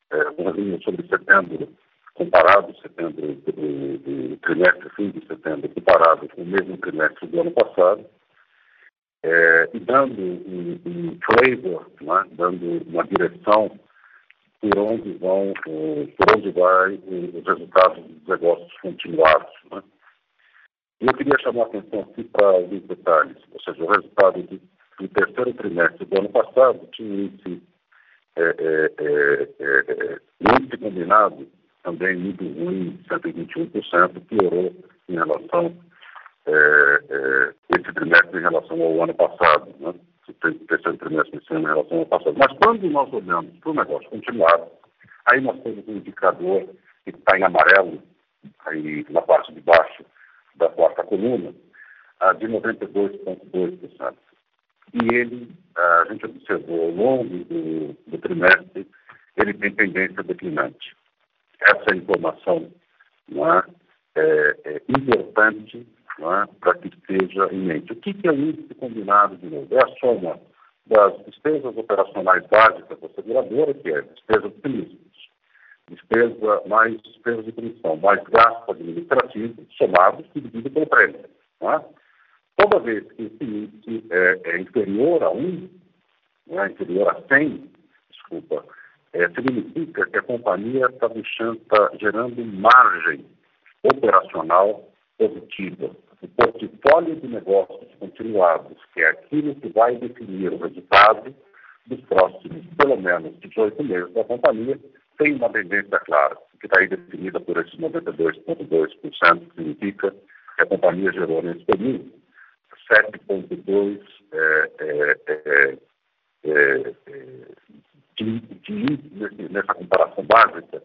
sobre setembro, comparado setembro do trimestre, fim de setembro, comparado com o mesmo trimestre do ano passado, e dando um flavor, né, dando uma direção por onde vai os resultados dos negócios continuados. Né? Eu queria chamar a atenção aqui para alguns detalhes, ou seja, o resultado do terceiro trimestre do ano passado tinha um índice combinado também muito ruim, 121%, piorou em relação esse trimestre em relação ao ano passado, né? O terceiro trimestre desse ano em relação ao passado. Mas quando nós olhamos para o negócio continuado, aí nós temos um indicador que está em amarelo, aí na parte de baixo da quarta coluna, de 92,2%. E ele, a gente observou ao longo do trimestre, ele tem tendência declinante. Essa informação, não é importante, não é, para que esteja em mente. O que é o índice combinado de novo? É a soma das despesas operacionais básicas da seguradora, que é despesa de turismos, mais despesa de comissão, mais gasto administrativo, somados e dividido pelo prêmio. Não é? Toda vez que esse índice é inferior a 1, não é, inferior a 100, desculpa, significa que a companhia está gerando margem operacional positiva. O portfólio de negócios continuados, que é aquilo que vai definir o resultado dos próximos, pelo menos, 18 meses da companhia, tem uma tendência clara, que está aí definida por esses 92,2%, que significa que a companhia gerou nesse período 7,2% nessa comparação básica,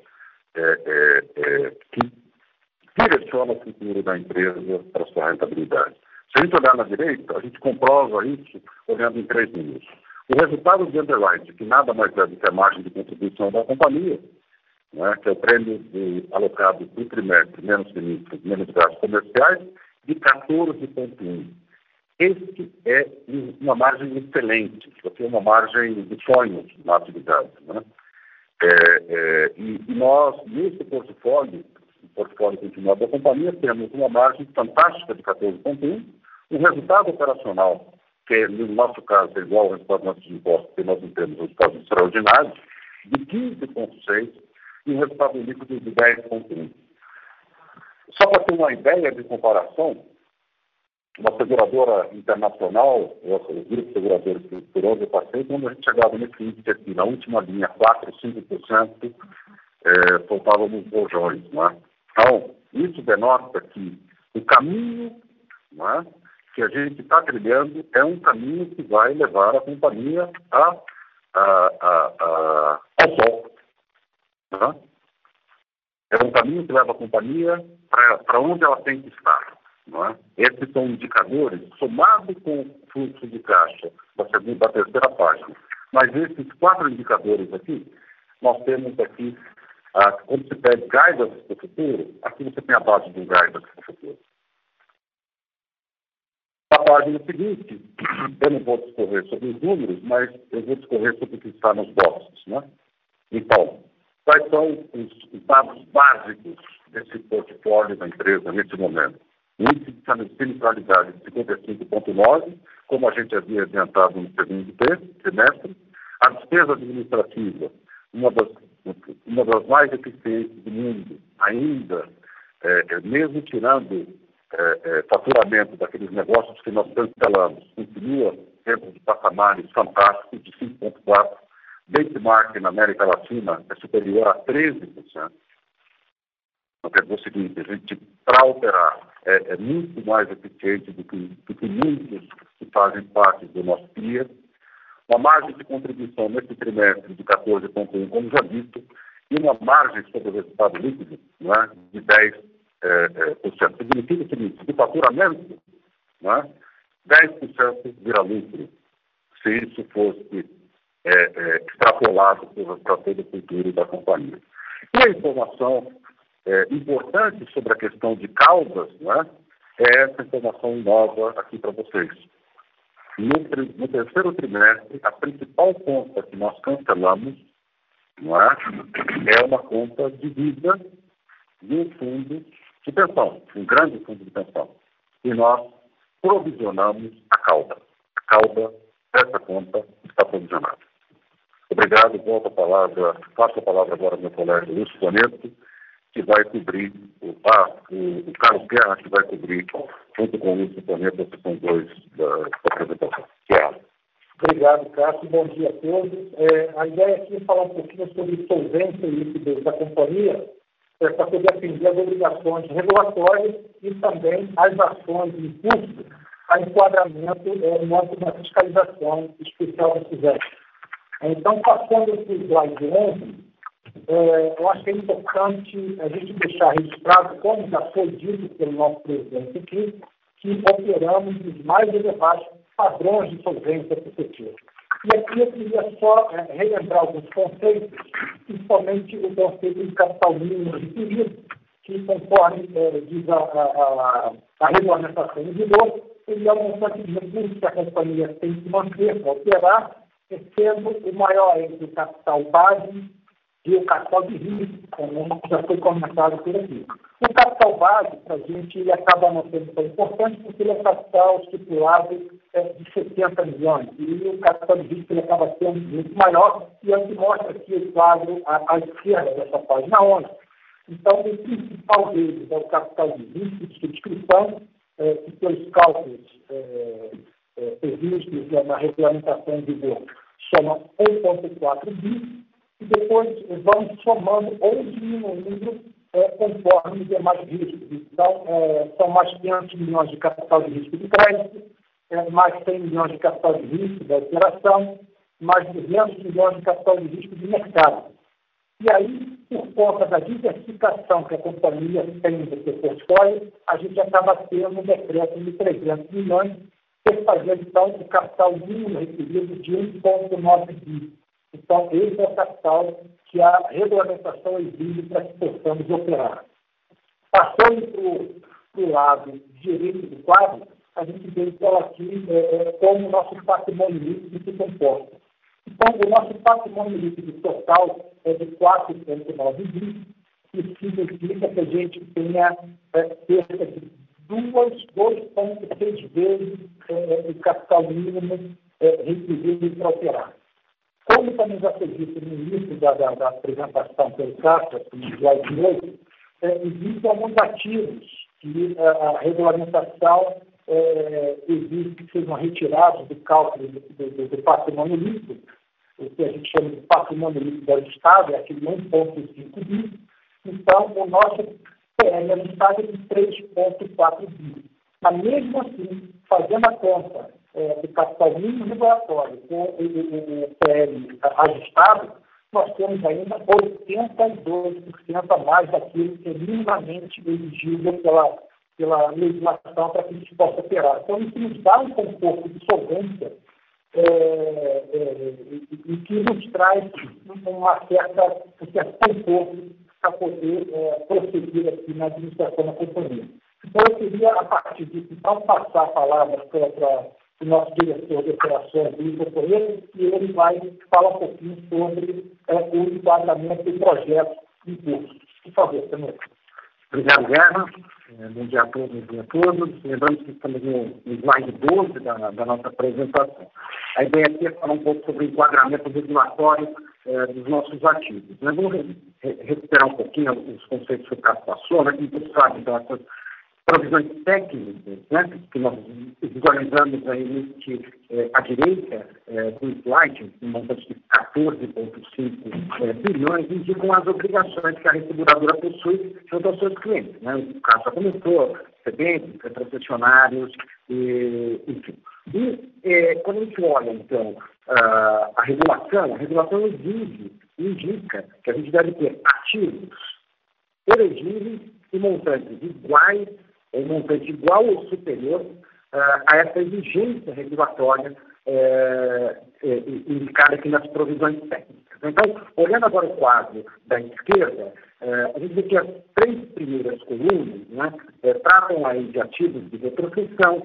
que direciona o futuro da empresa para a sua rentabilidade. Se a gente olhar na direita, a gente comprova isso olhando em 3 números. O resultado de underwriting, que nada mais é do que a margem de contribuição da companhia, né, que é o prêmio alocado do trimestre, menos sinistros, menos gastos comerciais, de 14,1%. Este é uma margem excelente, porque é uma margem de sonhos na atividade. Né? E nós, nesse portfólio continuado da companhia, temos uma margem fantástica de 14,1%, um resultado operacional, que no nosso caso é igual ao resultado dos nossos impostos, porque nós não temos resultados extraordinários, de 15,6% e um resultado líquido de 10,1%. Só para ter uma ideia de comparação, uma seguradora internacional, os grupos seguradores por onde eu passei, quando a gente chegava nesse índice aqui, na última linha, 4%, 5%, faltávamos bojões. Não é? Então, isso denota que o caminho, não é, que a gente está trilhando é um caminho que vai levar a companhia ao sol. Não é? É um caminho que leva a companhia para onde ela tem que estar. Não é? Esses são indicadores somados com o fluxo de caixa da terceira página. Mas esses 4 indicadores aqui, nós temos aqui, quando se pede guidance para o futuro, aqui você tem a base do guidance para o futuro. Na página seguinte, eu não vou discorrer sobre os números, mas eu vou discorrer sobre o que está nos boxes. Né? Então, quais são os dados básicos desse portfólio da empresa nesse momento? O índice de sinistralidade de 55,9%, como a gente havia adiantado no segundo trimestre. A despesa administrativa, uma das mais eficientes do mundo, ainda, mesmo tirando faturamento daqueles negócios que nós cancelamos, continua dentro de patamares fantásticos de 5,4%. Benchmark na América Latina é superior a 13%. Então, quer dizer o seguinte, a gente, para operar, é muito mais eficiente do que muitos que fazem parte do nosso peer. Uma margem de contribuição nesse trimestre de 14,1%, como já dito, e uma margem sobre o resultado líquido, não é, de 10%. Significa o seguinte, de faturamento, não é, 10% vira lucro, se isso fosse extrapolado para todo o futuro da companhia. E a informação importante sobre a questão de causas, não é essa informação nova aqui para vocês. No terceiro trimestre, a principal conta que nós cancelamos não é? É uma conta de vida de um fundo de pensão, um grande fundo de pensão. E nós provisionamos a cauda. A cauda dessa conta está provisionada. Obrigado, passo a palavra agora ao meu colega Luiz Boneto, que vai cobrir, o Carlos Guerra, que vai cobrir, junto com o Luiz Boneto, a sessão 2 da apresentação. Guerra. Obrigado, Cássio. Bom dia a todos. A ideia aqui é falar um pouquinho sobre solvência e liquidez da companhia, para poder atender as obrigações regulatórias e também as ações em curso a enquadramento no âmbito da fiscalização especial do SUSEP. Então, passando para o slide 11, eu acho que é importante a gente deixar registrado, como já foi dito pelo nosso presidente aqui, que operamos os mais elevados padrões de solvência efetiva. E aqui eu queria só relembrar alguns conceitos, principalmente o conceito de capital mínimo de período, que conforme diz a regulamentação em vigor, ele é um montante de recursos que a companhia tem que manter para operar, sendo o maior entre o capital base e o capital de risco, como já foi comentado por aqui. O capital base, para a gente, ele acaba não sendo tão importante porque ele é capital estipulado de 70 milhões. E o capital de risco ele acaba sendo muito maior, e é o que mostra aqui o quadro à esquerda dessa página 11. Então, o principal deles é o capital de risco de subscrição, que pelos cálculos previstos na regulamentação em vigor soma 1,4 bi, e depois vamos somando ou diminuindo conforme os demais riscos. Então, são mais 500 milhões de capital de risco de crédito, mais 100 milhões de capital de risco da operação, mais 200 milhões de capital de risco de mercado. E aí, por conta da diversificação que a companhia tem no seu portfólio, a gente acaba tendo um decreto de 300 milhões, que fazer, então, o capital mínimo requerido de 1,9 bi. Então, esse é o capital que a regulamentação exige para que possamos operar. Passando para o lado direito do quadro, a gente vê então aqui como o nosso patrimônio líquido se comporta. Então, o nosso patrimônio líquido total é de 4,9 bi, que significa que a gente tenha cerca de 2,6 vezes o capital mínimo requerido para operar. Como também já foi dito no início da apresentação pelo Cássio, no slide 8, existem alguns ativos que a regulamentação exige que sejam retirados do cálculo do patrimônio líquido, o que a gente chama de patrimônio líquido ajustado, é aquele 1,5 bi. Então, o nosso PL ajustado é de 3,4 bi. Mas, mesmo assim, fazendo a conta do capital mínimo regulatório com o PL ajustado, nós temos ainda 82% a mais daquilo que é minimamente exigível pela legislação para que a gente possa operar. Então, isso nos dá um conforto de solvência e que nos traz um certo conforto para poder prosseguir aqui na administração da companhia. Então, eu queria, a partir disso, então, passar a palavra para o nosso diretor de operações, Luiz Correia, e ele vai falar um pouquinho sobre o enquadramento do projeto em curso. Por favor, senhor. Obrigado, Guerra. Bom dia a todos e a todos. Lembrando que estamos no slide 12 da nossa apresentação. A ideia aqui é falar um pouco sobre o enquadramento regulatório dos nossos ativos. Nós vamos recuperar um pouquinho os conceitos que o Cássio passou, né? Como você sabe, então, essas provisões técnicas, né, que nós visualizamos aí à direita do slide, um montante de 14,5 bilhões, indicam as obrigações que a resseguradora possui junto aos seus clientes. Né? O Cássio já comentou, cedentes, retrocessionários, enfim. E quando a gente olha, então, a regulação indica que a gente deve ter ativos elegíveis e montantes iguais, ou montante igual ou superior a essa exigência regulatória indicada aqui nas provisões técnicas. Então, olhando agora o quadro da esquerda, a gente vê que as 3 primeiras colunas, né, tratam aí de ativos de retrocessão,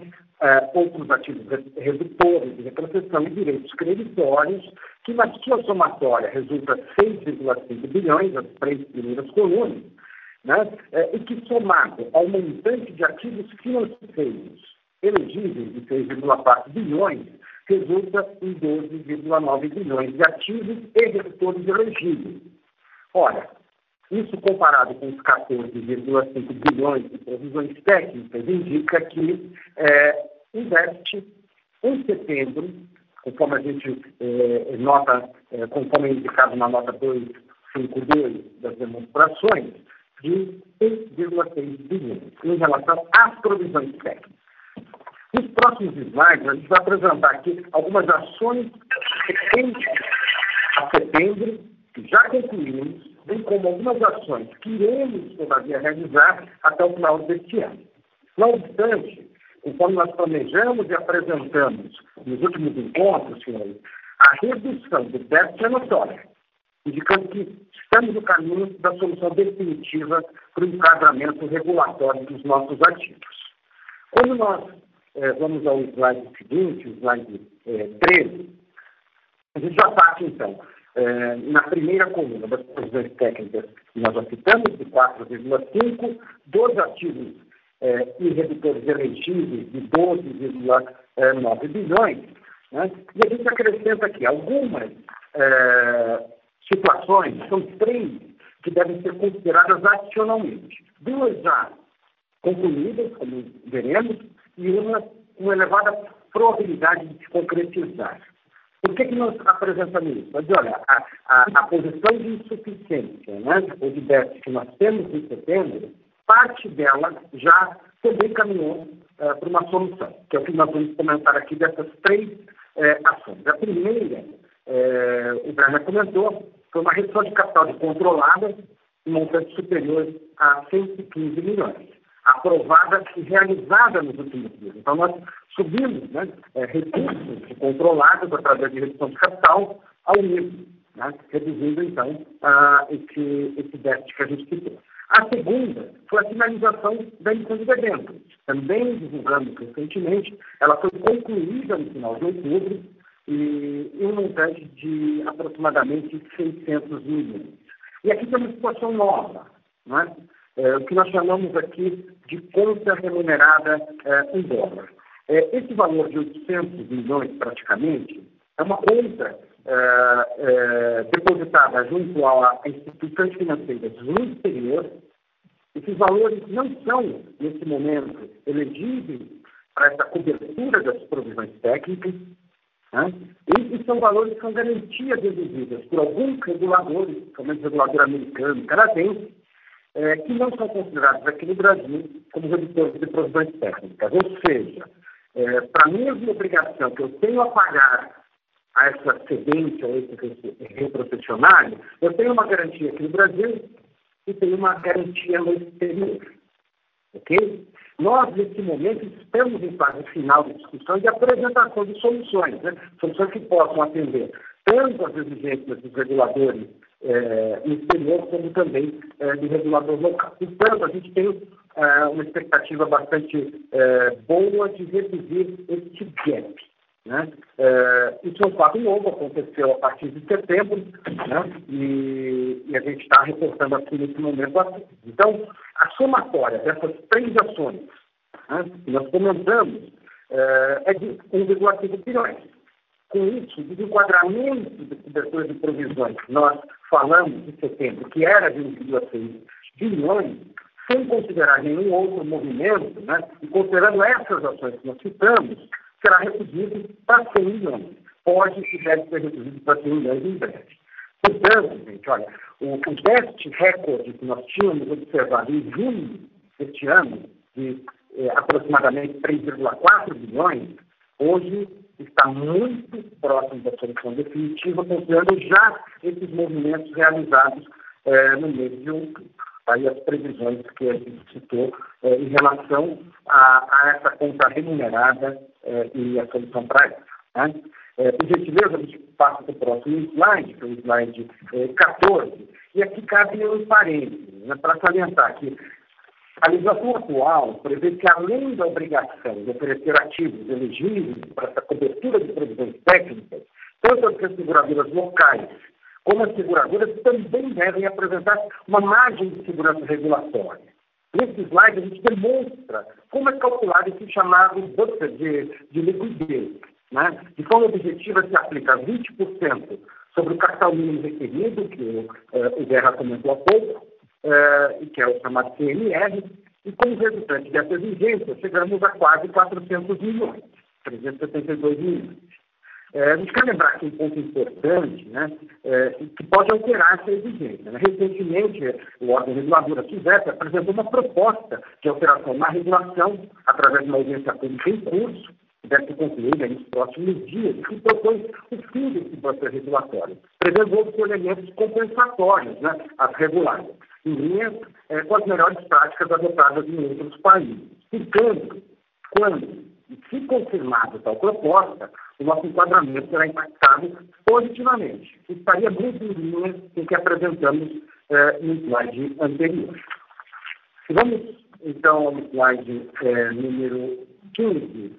outros ativos redutores de retrocessão e direitos creditórios, que na sua somatória resulta 6,5 bilhões, as 3 primeiras colunas, né? E que, somado ao montante de ativos financeiros elegíveis de 6,4 bilhões, resulta em 12,9 bilhões de ativos e redutores elegíveis. Ora, isso comparado com os 14,5 bilhões de provisões técnicas, indica que investe em setembro, conforme a gente nota, conforme é indicado na nota 252 das demonstrações, de 6,6 bilhões em relação às provisões técnicas. Nos próximos slides, a gente vai apresentar aqui algumas ações referentes a setembro, que já concluímos, bem como algumas ações que iremos, todavia, realizar até o final deste ano. Não obstante, conforme nós planejamos e apresentamos nos últimos encontros, senhores, a redução do déficit é notória, indicando que estamos no caminho da solução definitiva para o enquadramento regulatório dos nossos ativos. Quando nós vamos ao slide seguinte, o slide 13, a gente já parte, então, na primeira coluna das provisões técnicas que nós já citamos, de 4,5, dos ativos e redutores elegíveis de 12,9 bilhões, né? E a gente acrescenta aqui algumas situações, são 3 que devem ser consideradas adicionalmente. 2 já concluídas, como veremos, e uma com elevada probabilidade de se concretizar. Por que nós apresentamos isso? Mas, olha, a posição de insuficiência, né, ou de déficit que nós temos em setembro, parte dela já também caminhou para uma solução, que é o que nós vamos comentar aqui dessas 3 ações. A primeira, o Brian comentou, foi uma redução de capital controlada em montante superior a 115 milhões, aprovada e realizada nos últimos dias. Então, nós subimos, né, recursos controlados através de redução de capital ao nível, né, reduzindo, então, esse déficit que a gente citou. A segunda foi a finalização da emissão de debêntures. Também divulgamos recentemente, ela foi concluída no final de outubro e em um montante de aproximadamente 600 milhões. E aqui tem uma situação nova, né? O que nós chamamos aqui de conta remunerada em dólar. Esse valor de 800 milhões, praticamente, é uma conta depositada junto a instituições financeiras no exterior. Esses valores não são, nesse momento, elegíveis para essa cobertura das provisões técnicas, né? E são valores que são garantias exigidas por alguns reguladores, como o regulador americano e canadense, que não são considerados aqui no Brasil como redutores de provisões técnicas. Ou seja, para a mesma obrigação que eu tenho a pagar a essa cedente, ou esse retrocessionário, eu tenho uma garantia aqui no Brasil e tenho uma garantia no exterior. Ok? Nós, nesse momento, estamos em fase final de discussão e de apresentação de soluções, né? Soluções que possam atender tanto as exigências dos reguladores no exterior, como também do regulador local. Portanto, a gente tem uma expectativa bastante boa de reduzir esse gap, né? Isso é um fato novo, aconteceu a partir de setembro, né? E a gente está reportando aqui nesse momento. Então, a somatória dessas 3 ações, né, que nós comentamos, é de 1,5 bilhões. Com isso, o desenquadramento de cobertura de provisões que nós falamos em setembro, que era de 1,6 bilhões, sem considerar nenhum outro movimento, né, e considerando essas ações que nós citamos, será reduzido para 100 milhões. Pode e deve ser reduzido para 100 milhões em breve. Portanto, gente, olha, o déficit recorde que nós tínhamos observado em junho deste ano, de aproximadamente 3,4 bilhões, hoje está muito próximo da solução definitiva, considerando já esses movimentos realizados no mês de outubro. Aí as previsões que a gente citou em relação a essa conta remunerada e a solução para ela. Né? Por gentileza, a gente passa para o próximo slide, que é o slide 14, e aqui cabe um parênteses, né, para salientar que A legislação atual prevê que, além da obrigação de oferecer ativos elegíveis para essa cobertura de previsões técnicas, tanto as seguradoras locais como as seguradoras também devem apresentar uma margem de segurança regulatória. Nesse slide, a gente demonstra como é calculado esse chamado buffer de liquidez. Né? De forma objetiva, se aplica 20% sobre o capital mínimo requerido, que o Guerra comentou há pouco, que é o chamado CMR, e como resultante dessa exigência, chegamos a quase 400 milhões, 372 milhões. A gente quer lembrar aqui um ponto importante, né, que pode alterar essa exigência. Né? Recentemente, o órgão regulador, a SUSEP, apresentou uma proposta de alteração na regulação, através de uma audiência pública em curso, que deve ser concluída nos próximos dias, que propõe o fim desse buffer regulatório, prevendo outros elementos compensatórios, né, às reguladas, em linha com as melhores práticas adotadas em outros países. Portanto, quando e se confirmada tal proposta, o nosso enquadramento será impactado positivamente. Estaria muito em linha com o que apresentamos no slide anterior. Vamos, então, ao slide número 15.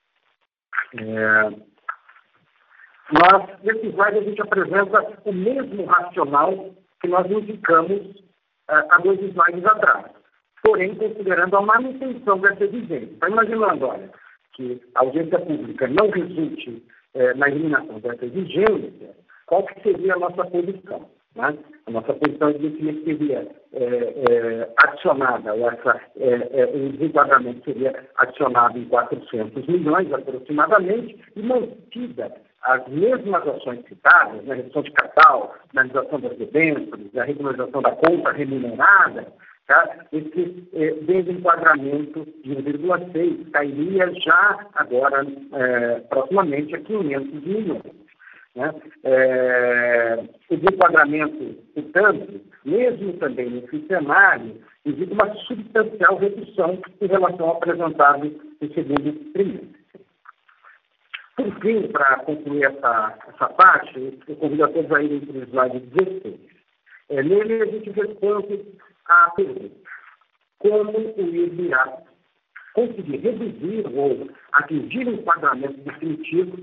Nesse slide, a gente apresenta o mesmo racional que nós indicamos há 2 slides atrás, porém, considerando a manutenção dessa exigência. Está imaginando, olha, que a audiência pública não resulte na eliminação dessa exigência, qual que seria a nossa posição? Né? A nossa posição seria adicionada, o desenquadramento seria adicionado em 400 milhões aproximadamente e mantida as mesmas ações citadas, né? Redução de capital, finalização das debêntures, a regularização da conta remunerada. Tá? Esse desenquadramento de 1,6 cairia já agora, proximamente, a 500 milhões. Né? O desenquadramento, portanto, mesmo também nesse cenário, existe uma substancial redução em relação ao apresentado no segundo trimestre. Por fim, para concluir essa parte, eu convido a todos a irem para o slide 16. Nele, a gente responde à pergunta: como o IRB irá conseguir reduzir ou atingir o enquadramento definitivo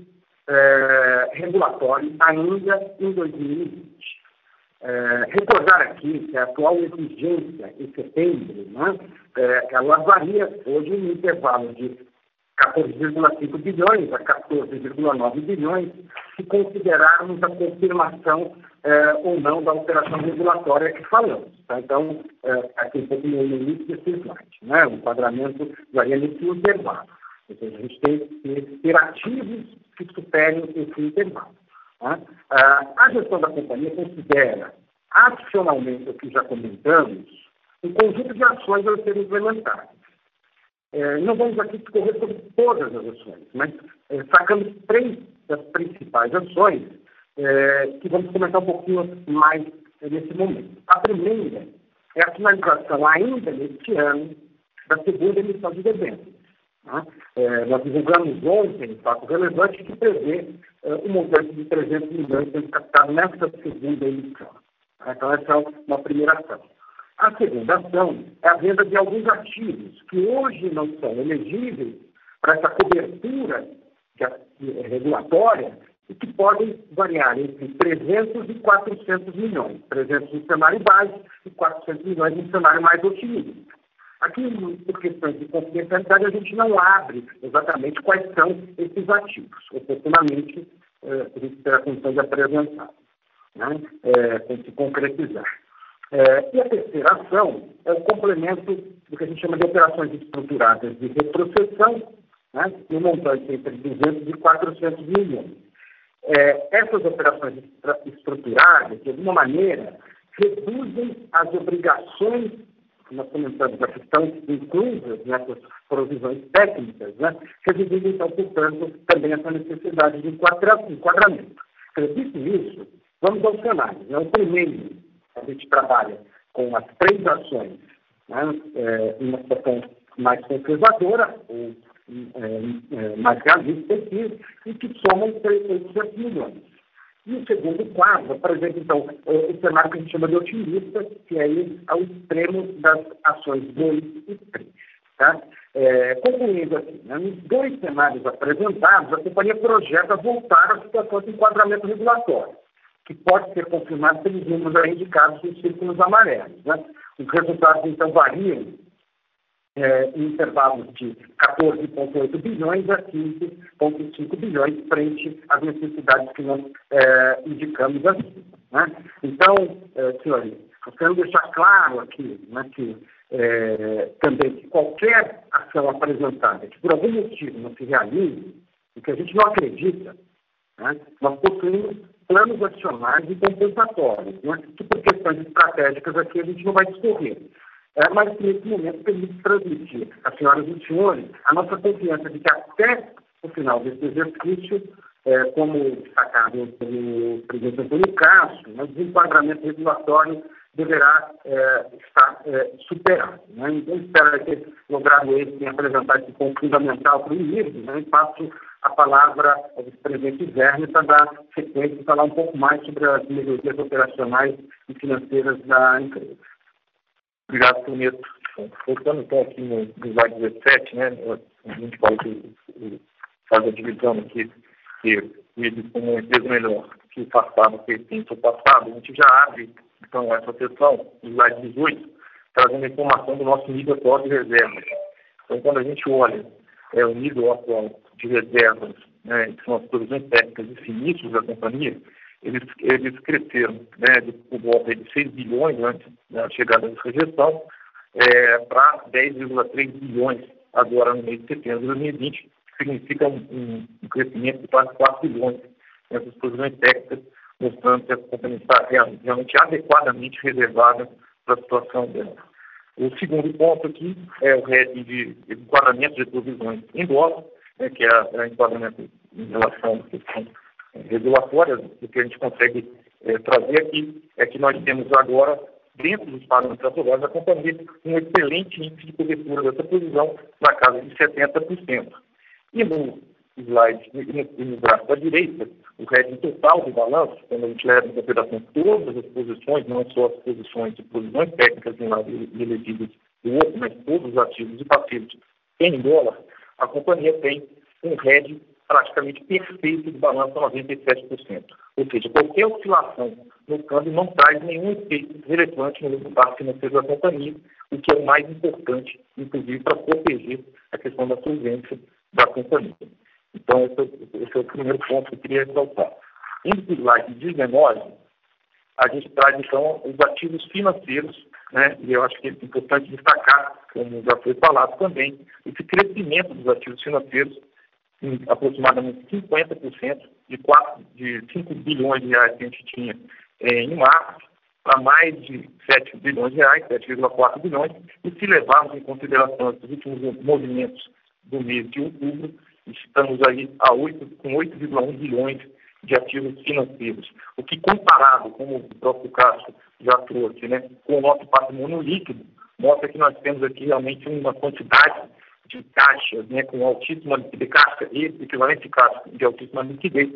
regulatório ainda em 2020? Recordar aqui que a atual exigência em setembro, né, ela varia hoje no intervalo de 14,5 bilhões a 14,9 bilhões, se considerarmos a confirmação ou não da alteração regulatória que falamos. Tá? Então, aqui um pouco no início desse slide, né? O enquadramento varia nesse intervalo. Ou seja, a gente tem que ter ativos que superem esse intervalo. Tá? A gestão da companhia considera, adicionalmente ao que já comentamos, um conjunto de ações a serem implementadas. Não vamos aqui discorrer sobre todas as ações, mas sacamos 3 das principais ações que vamos comentar um pouquinho mais nesse momento. A primeira é a finalização, ainda neste ano, da segunda emissão de debêntures. Nós divulgamos ontem um fato relevante que prevê um montante de 300 milhões sendo captado nessa segunda emissão. Então, essa é uma primeira ação. A segunda ação é a venda de alguns ativos que hoje não são elegíveis para essa cobertura regulatória e que podem variar entre 300 e 400 milhões. 300 no cenário base e 400 milhões no cenário mais otimista. Aqui, por questões de confidencialidade, a gente não abre exatamente quais são esses ativos. Oportunamente, a gente terá a condição de apresentar, né? Tem que se concretizar. E a terceira ação é o complemento do que a gente chama de operações estruturadas de retrocessão, né, no montante entre 200 e 400 milhões. Essas operações estruturadas, de alguma maneira, reduzem as obrigações que nós comentamos aqui, que estão inclusas nessas provisões técnicas, né, reduzindo, então, portanto, também essa necessidade de enquadramento. Dito isso, vamos ao cenário. Né? O primeiro, a gente trabalha com as 3 ações, né, em uma situação mais conservadora, ou mais realista aqui, e que somam 300 milhões. E o segundo quadro apresenta, então, o cenário que a gente chama de otimista, que é ir ao extremo das ações 2 e 3. Tá? Concluindo aqui, né, nos dois cenários apresentados, a companhia projeta voltar à situação de enquadramento regulatório, que pode ser confirmado pelos números aí indicados nos círculos amarelos. Né? Os resultados, então, variam em intervalos de 14,8 bilhões a 15,5 bilhões frente às necessidades que nós indicamos aqui. Né? Então, senhores, eu quero deixar claro aqui, né, que também que qualquer ação apresentada que por algum motivo não se realize, e que a gente não acredita, né, nós possuímos planos adicionais e compensatórios, né, que por questões estratégicas aqui a gente não vai discorrer. Mas nesse momento permite transmitir às senhoras e senhores a nossa confiança de que até o final desse exercício, como destacado pelo presidente Antônio Castro, o desenquadramento regulatório deverá estar superado. Né? Então, espero ter logrado esse apresentar esse ponto fundamental para o IRB, né? E passo a palavra ao vice-presidente Werner para dar sequência e falar um pouco mais sobre as melhorias operacionais e financeiras da empresa. Obrigado, Toneto. Voltando então aqui no slide 17, né, a gente fala que faz a divisão aqui, que o IRB como uma empresa melhor que o passado, que tem o passado, a gente já abre então essa seção, slide 18, trazendo a informação do nosso nível atual de reservas. Então, quando a gente olha o nível atual de reservas, né, que são as provisões técnicas e sinistros da companhia, eles cresceram, né, por volta de 6 bilhões antes da chegada dessa gestão para 10,3 bilhões agora no mês de setembro de 2020, que significa um crescimento de quase 4 bilhões nessas provisões técnicas, mostrando que a companhia está realmente adequadamente reservada para a situação dela. O segundo ponto aqui é o rating de enquadramento de provisões em dólar, né, que é o enquadramento em relação à questão regulatória. O que a gente consegue trazer aqui é que nós temos agora, dentro dos parâmetros atuais da companhia, um excelente índice de cobertura dessa provisão na casa de 70%. E no slide, no gráfico à direita, o rating total do balanço, quando a gente leva em consideração todas as posições, não só as posições de provisões técnicas de um lado e elegíveis do outro, mas todos os ativos e passivos em dólar, a companhia tem um rating praticamente perfeito de balanço a 97%. Ou seja, qualquer oscilação no câmbio não traz nenhum efeito relevante no resultado financeiro da companhia, o que é o mais importante, inclusive, para proteger a questão da solvência da companhia. Então, esse é o primeiro ponto que eu queria ressaltar. Indo para o slide 19, a gente traz, então, os ativos financeiros, né? E eu acho que é importante destacar, como já foi falado também, esse crescimento dos ativos financeiros em aproximadamente 50%, de 5 bilhões de reais que a gente tinha em março, para mais de 7 bilhões de reais, 7,4 bilhões, e se levarmos em consideração os últimos movimentos do mês de outubro, estamos aí com 8,1 bilhões de ativos financeiros, o que comparado, como o próprio Castro já trouxe, né, com o nosso patrimônio líquido, mostra que nós temos aqui realmente uma quantidade de caixas, né, com altíssima liquidez, caixa e equivalente de caixa de altíssima liquidez,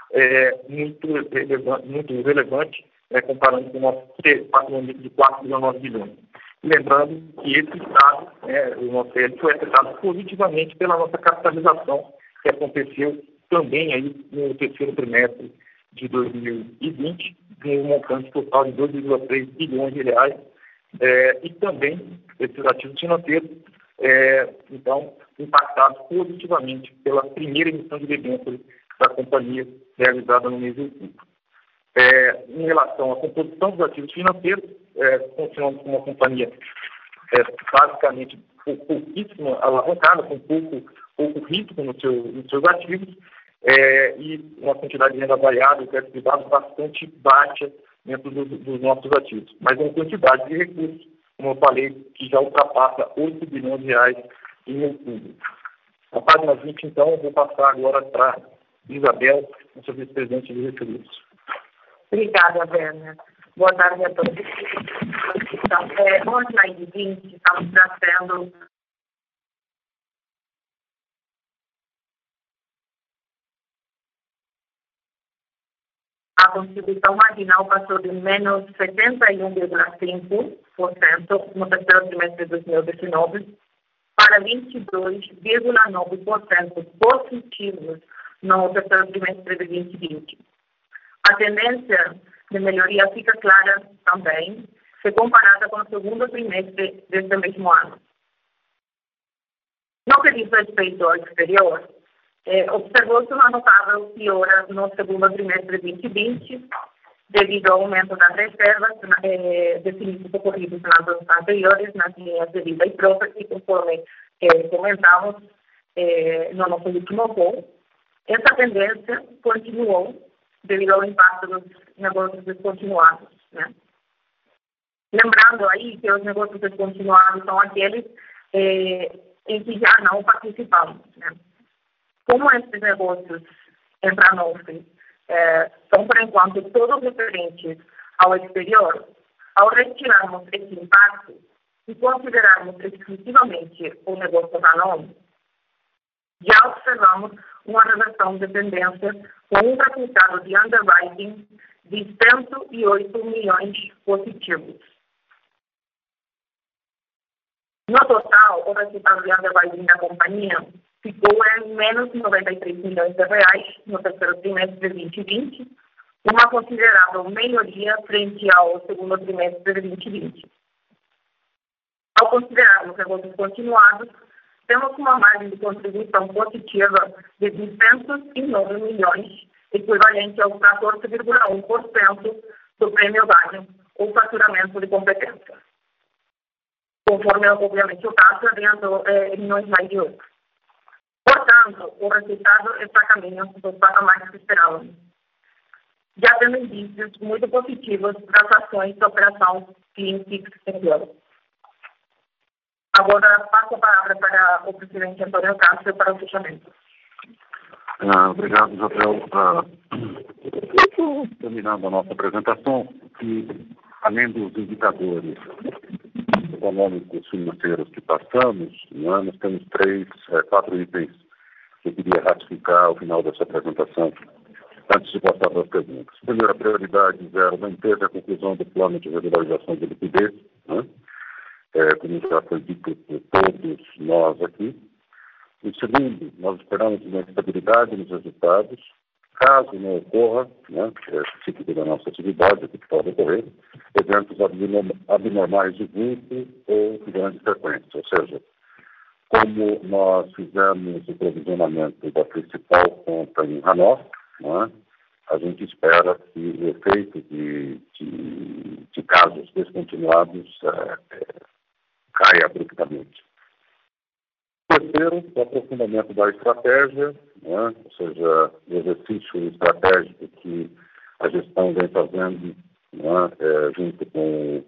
muito relevante, comparando com o nosso patrimônio líquido de 4,9 bilhões. Lembrando que esse estado, o nosso CL, foi afetado positivamente pela nossa capitalização, que aconteceu também aí no terceiro trimestre de 2020, com um montante total de 2,3 bilhões de reais, e também esses ativos financeiros, então, impactados positivamente pela primeira emissão de debêntures da companhia realizada no mês de outubro. Em relação à composição dos ativos financeiros, continuamos com uma companhia basicamente pouquíssimo alavancada, com pouco risco nos seus ativos, e uma quantidade de renda variável, crédito privado, bastante baixa dentro dos nossos ativos. Mas uma quantidade de recursos, como eu falei, que já ultrapassa 8 bilhões de reais em outubro. Na página 20, então, eu vou passar agora para Isabel, nossa vice-presidente de recursos. Obrigada, Werner. Boa tarde a todos. Então, no slide 20, estamos trazendo a contribuição marginal passou de menos 71,5% no terceiro trimestre de 2019 para 22,9% positivos no terceiro trimestre de 2020. A tendência de melhoria fica clara também, se comparada com o segundo trimestre deste mesmo ano. No que diz respeito ao exterior, observou-se uma notável piora no segundo trimestre de 2020, devido ao aumento das reservas definidos ocorridos nas anos anteriores, nas linhas de vida e property, conforme comentamos no nosso último voo. Essa tendência continuou devido ao impacto dos negócios descontinuados, né? Lembrando aí que os negócios descontinuados são aqueles em que já não participamos, né? Como esses negócios em Pranofre são, por enquanto, todos referentes ao exterior, ao retirarmos esse impacto e considerarmos exclusivamente o negócio Pranofre, já observamos uma reversão de tendência com um resultado de underwriting de 108 milhões positivos. No total, o resultado de underwriting da companhia ficou em menos 93 milhões de reais no terceiro trimestre de 2020, uma considerável melhoria frente ao segundo trimestre de 2020. Ao considerarmos negócios continuados, temos uma margem de contribuição positiva de 209 milhões, equivalente aos 14,1% do prêmio ganho ou faturamento de competência, conforme, obviamente, o caso dentro milhões mais de outros. Portanto, o resultado está a caminho dos patamares que esperávamos. Já temos indícios muito positivos das ações de operação Cleantech exterior. Agora, passo a palavra para o presidente Antônio Castro para o fechamento. Obrigado, Isabel. Terminando a nossa apresentação, que além dos indicadores econômicos financeiros que passamos, nós temos 4 itens que eu queria ratificar ao final dessa apresentação, antes de passar para as perguntas. Primeira prioridade, manter a conclusão do plano de regularização de liquidez, né? Como já foi dito por todos nós aqui. O segundo, nós esperamos uma estabilidade nos resultados. Caso não ocorra, né, típico da nossa atividade, que pode ocorrer, eventos abnormais de vulto ou de grande frequência. Ou seja, como nós fizemos o provisionamento da principal conta em Hanoi, né, a gente espera que o efeito de casos descontinuados caia abruptamente. Terceiro, o aprofundamento da estratégia, né? Ou seja, o exercício estratégico que a gestão vem fazendo, né? Junto com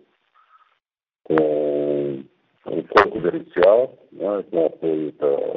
o corpo gerencial, né? Com o apoio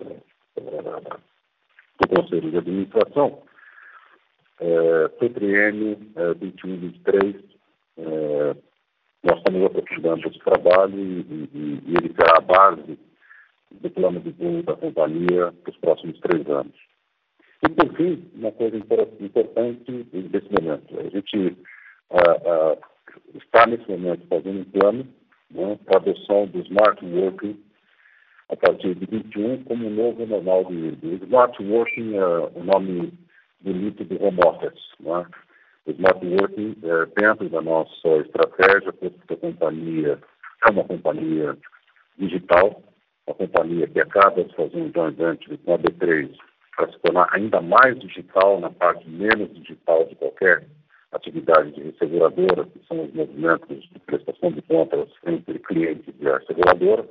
do Conselho de Administração. Para o triênio 21-23, nós estamos aprofundando esse trabalho e ele será a base do plano de voo da companhia para os próximos 3 anos. E, por fim, uma coisa importante nesse momento. A gente está, nesse momento, fazendo um plano, né, para a adoção do Smart Working a partir de 21 como um novo normal do Smart Working, o nome bonito do home office, né? O Smart Working, dentro da nossa estratégia, porque a companhia é uma companhia digital, uma companhia que acaba de fazer um joint venture com a B3 para se tornar ainda mais digital na parte menos digital de qualquer atividade de seguradora, que são os movimentos de prestação de contas entre clientes e a seguradora.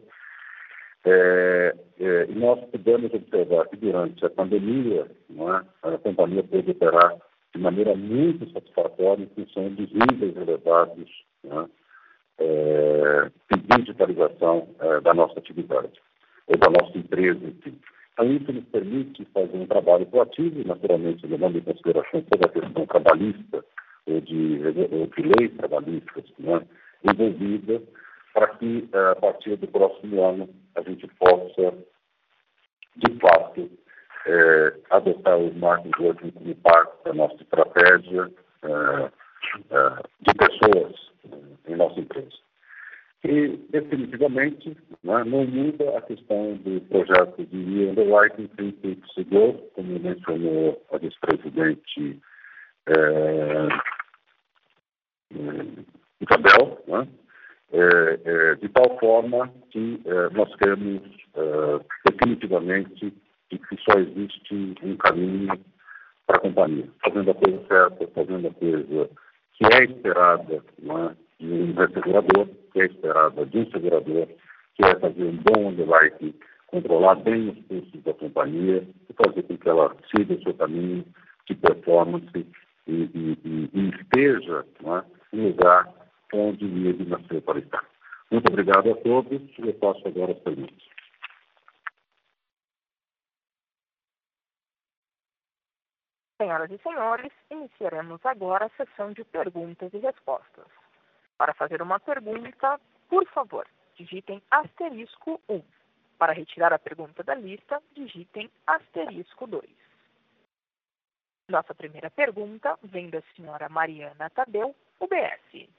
E nós podemos observar que durante a pandemia, não é, a companhia pôde operar de maneira muito satisfatória em função dos níveis elevados, não é, de digitalização da nossa atividade, ou da nossa empresa. Então, isso nos permite fazer um trabalho proativo, naturalmente, levando em consideração toda a questão trabalhista ou de leis trabalhistas, né, envolvida, para que, a partir do próximo ano, a gente possa, de fato, adotar o Smart Working como parte da nossa estratégia de pessoas em nossa empresa. E, definitivamente, não muda a questão do projeto de Underwriting Principles Growth, como mencionou a vice-presidente Isabel, de tal forma que nós temos definitivamente que só existe um caminho para a companhia, fazendo a coisa certa, fazendo a coisa que é esperada de um ressegurador, que é esperada de um segurador, que é fazer um bom underwriting, controlar bem os custos da companhia e fazer com que ela siga o seu caminho de performance e esteja no lugar onde ele nasceu para estar. Muito obrigado a todos e eu passo agora as perguntas. Senhoras e senhores, iniciaremos agora a sessão de perguntas e respostas. Para fazer uma pergunta, por favor, digitem *1. Para retirar a pergunta da lista, digitem *2. Nossa primeira pergunta vem da senhora Mariana Tadeu, UBS.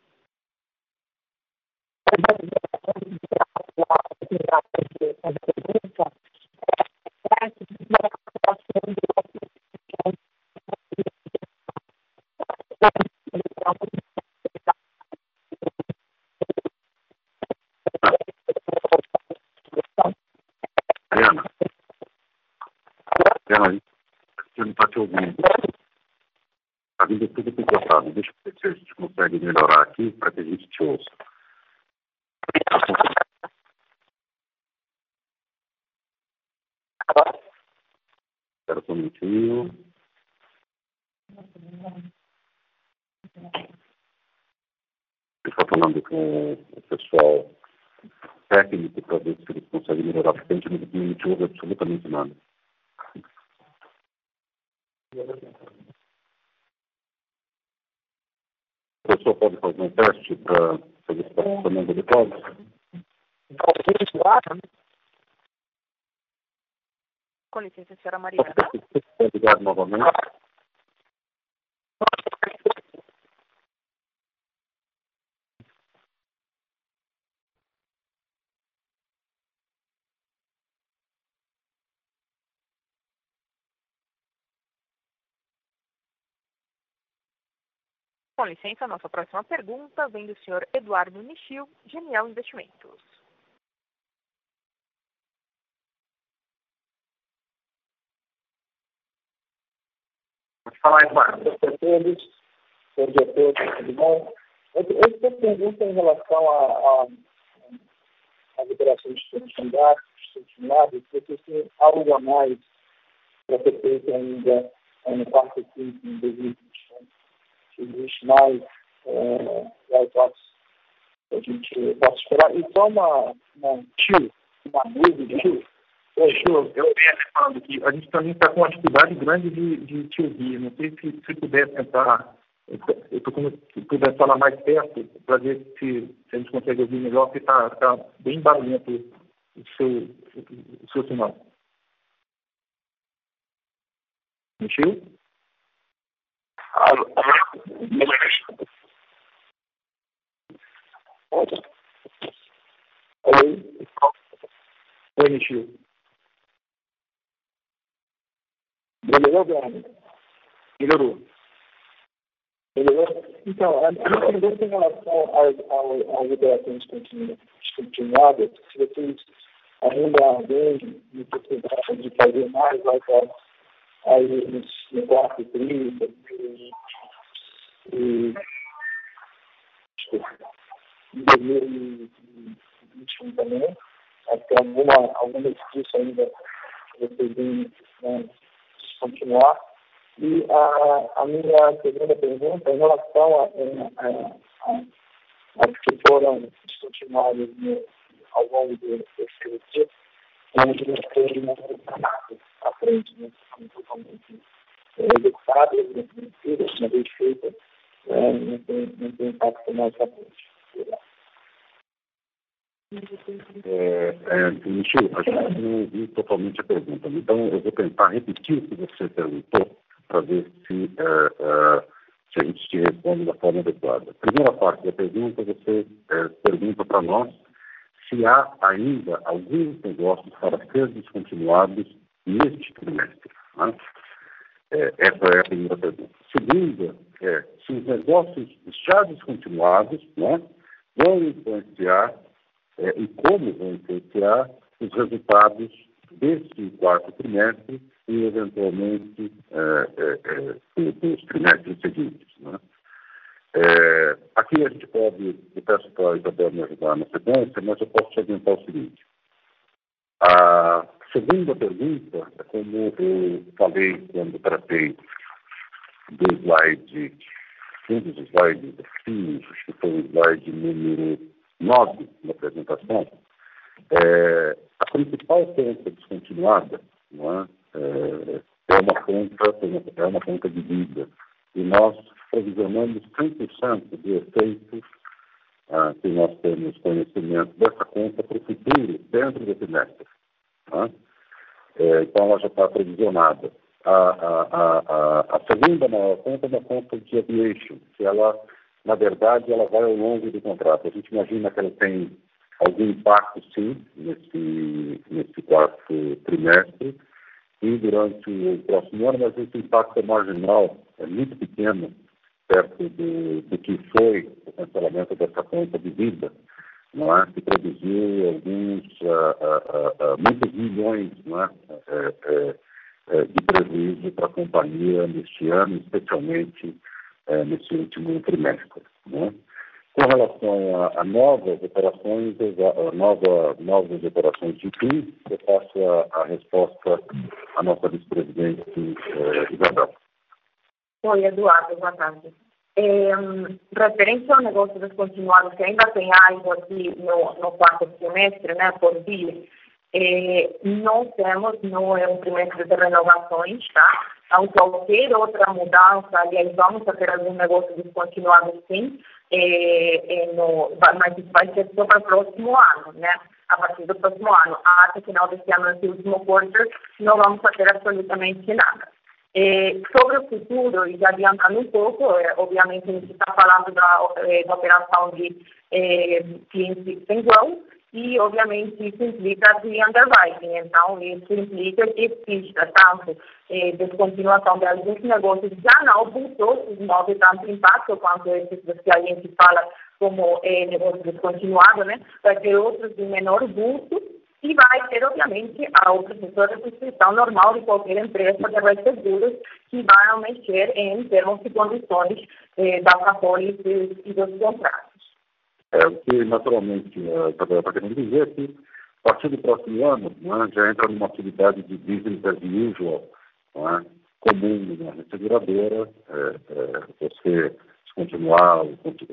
Mariana, você não está te ouvindo. Está vindo tudo picotado. Deixa eu ver se a gente consegue melhorar aqui para que a gente te ouça. Espera só um minutinho. Eu estou falando com o pessoal técnico para ver se eles conseguem melhorar, porque a gente não te ouve absolutamente nada. O pessoal pode fazer um teste para fazer esse funcionamento de provas? Com licença, senhora Mariana. Obrigado novamente. Com licença, nossa próxima pergunta vem do senhor Eduardo Nishio, Genial Investimentos. Pode falar, Eduardo. Bom dia a todos. Tudo bom? Eu tenho pergunta em relação às operações institucionadas, se vocês têm algo a mais para ser feito ainda no quarto quinto em 2021. Se existe mais write-offs que a gente possa esperar. E só uma dúvida. Eu venho falando que a gente também está com uma dificuldade grande de te ouvir. Não sei se puder tentar, se puder falar mais perto para ver se a gente consegue ouvir melhor, porque está bem barulhento o seu sinal. Mexeu? Oi, Michio. Melhorou, Brian? Melhorou. Então, a minha pergunta em relação às operações continuadas, se vocês ainda veem necessidade de fazer mais aí no quarto trimestre e 2021 também. Acho que alguma disso ainda vocês vêm continuar. E a minha segunda pergunta em relação às que foram descontinuadas ao longo do terceiro dia, onde não teve à frente, totalmente executada, uma vez feita, não tem impacto mais à frente. Michio, a gente não ouviu totalmente a pergunta, então eu vou tentar repetir o que você perguntou para ver se se a gente te responde da forma adequada. Primeira parte da pergunta, você pergunta para nós se há ainda alguns negócios para ser descontinuados neste trimestre. Né? Essa é a primeira pergunta. Segunda, se os negócios já descontinuados, né, vão influenciar e como vão influenciar os resultados deste quarto trimestre e, eventualmente, dos trimestres seguintes. Né? Aqui a gente pode, eu peço para a Isabel me ajudar na sequência, mas eu posso te adiantar o seguinte. A segunda pergunta, como eu falei quando tratei do slide, um dos slides aqui, que foi o slide número 9 da apresentação, a principal conta descontinuada, não é uma conta de dívida. E nós provisionamos 100% do efeito que nós temos conhecimento dessa conta para o futuro, dentro do trimestre. Então, ela já está provisionada. A segunda maior conta é uma conta de aviation, que ela, na verdade, ela vai ao longo do contrato. A gente imagina que ela tem algum impacto, sim, nesse quarto trimestre, e durante o próximo ano, mas esse impacto é marginal, é muito pequeno, perto do que foi o cancelamento dessa conta de vida, não é? Que produziu muitos milhões, não é? De prejuízo para a companhia neste ano, especialmente nesse último trimestre. Não é? Com relação a novas operações, novas operações de PIN, eu passo a resposta à nossa vice-presidente, Isabel. Oi, Eduardo, boa tarde. Referente ao negócio descontinuado, que ainda tem algo aqui no quarto trimestre, né, por vir, nós temos, não é um trimestre de renovações, tá? Então, qualquer outra mudança, aliás, vamos ter algum negócio descontinuado, sim, mas isso vai ser só para o próximo ano, né? A partir do próximo ano. Até o final desse ano, nesse último quarter, não vamos fazer absolutamente nada. Sobre o futuro, e já adiantando um pouco, obviamente a gente está falando da operação de clientes sem growth, e obviamente isso implica de underwriting. Então, isso implica que exista tanto descontinuação de alguns negócios já não vultosos, não de tanto impacto quanto esses que a gente fala como negócio descontinuado, né? Vai ter outros de menor vulto e vai ter, obviamente, o professor de subscrição normal de qualquer empresa de seguros que vai mexer em termos e condições das apólices e dos contratos. O que, naturalmente, está querendo dizer é que, a partir do próximo ano, já entra numa atividade de business as usual, comum na seguradora, você descontinuar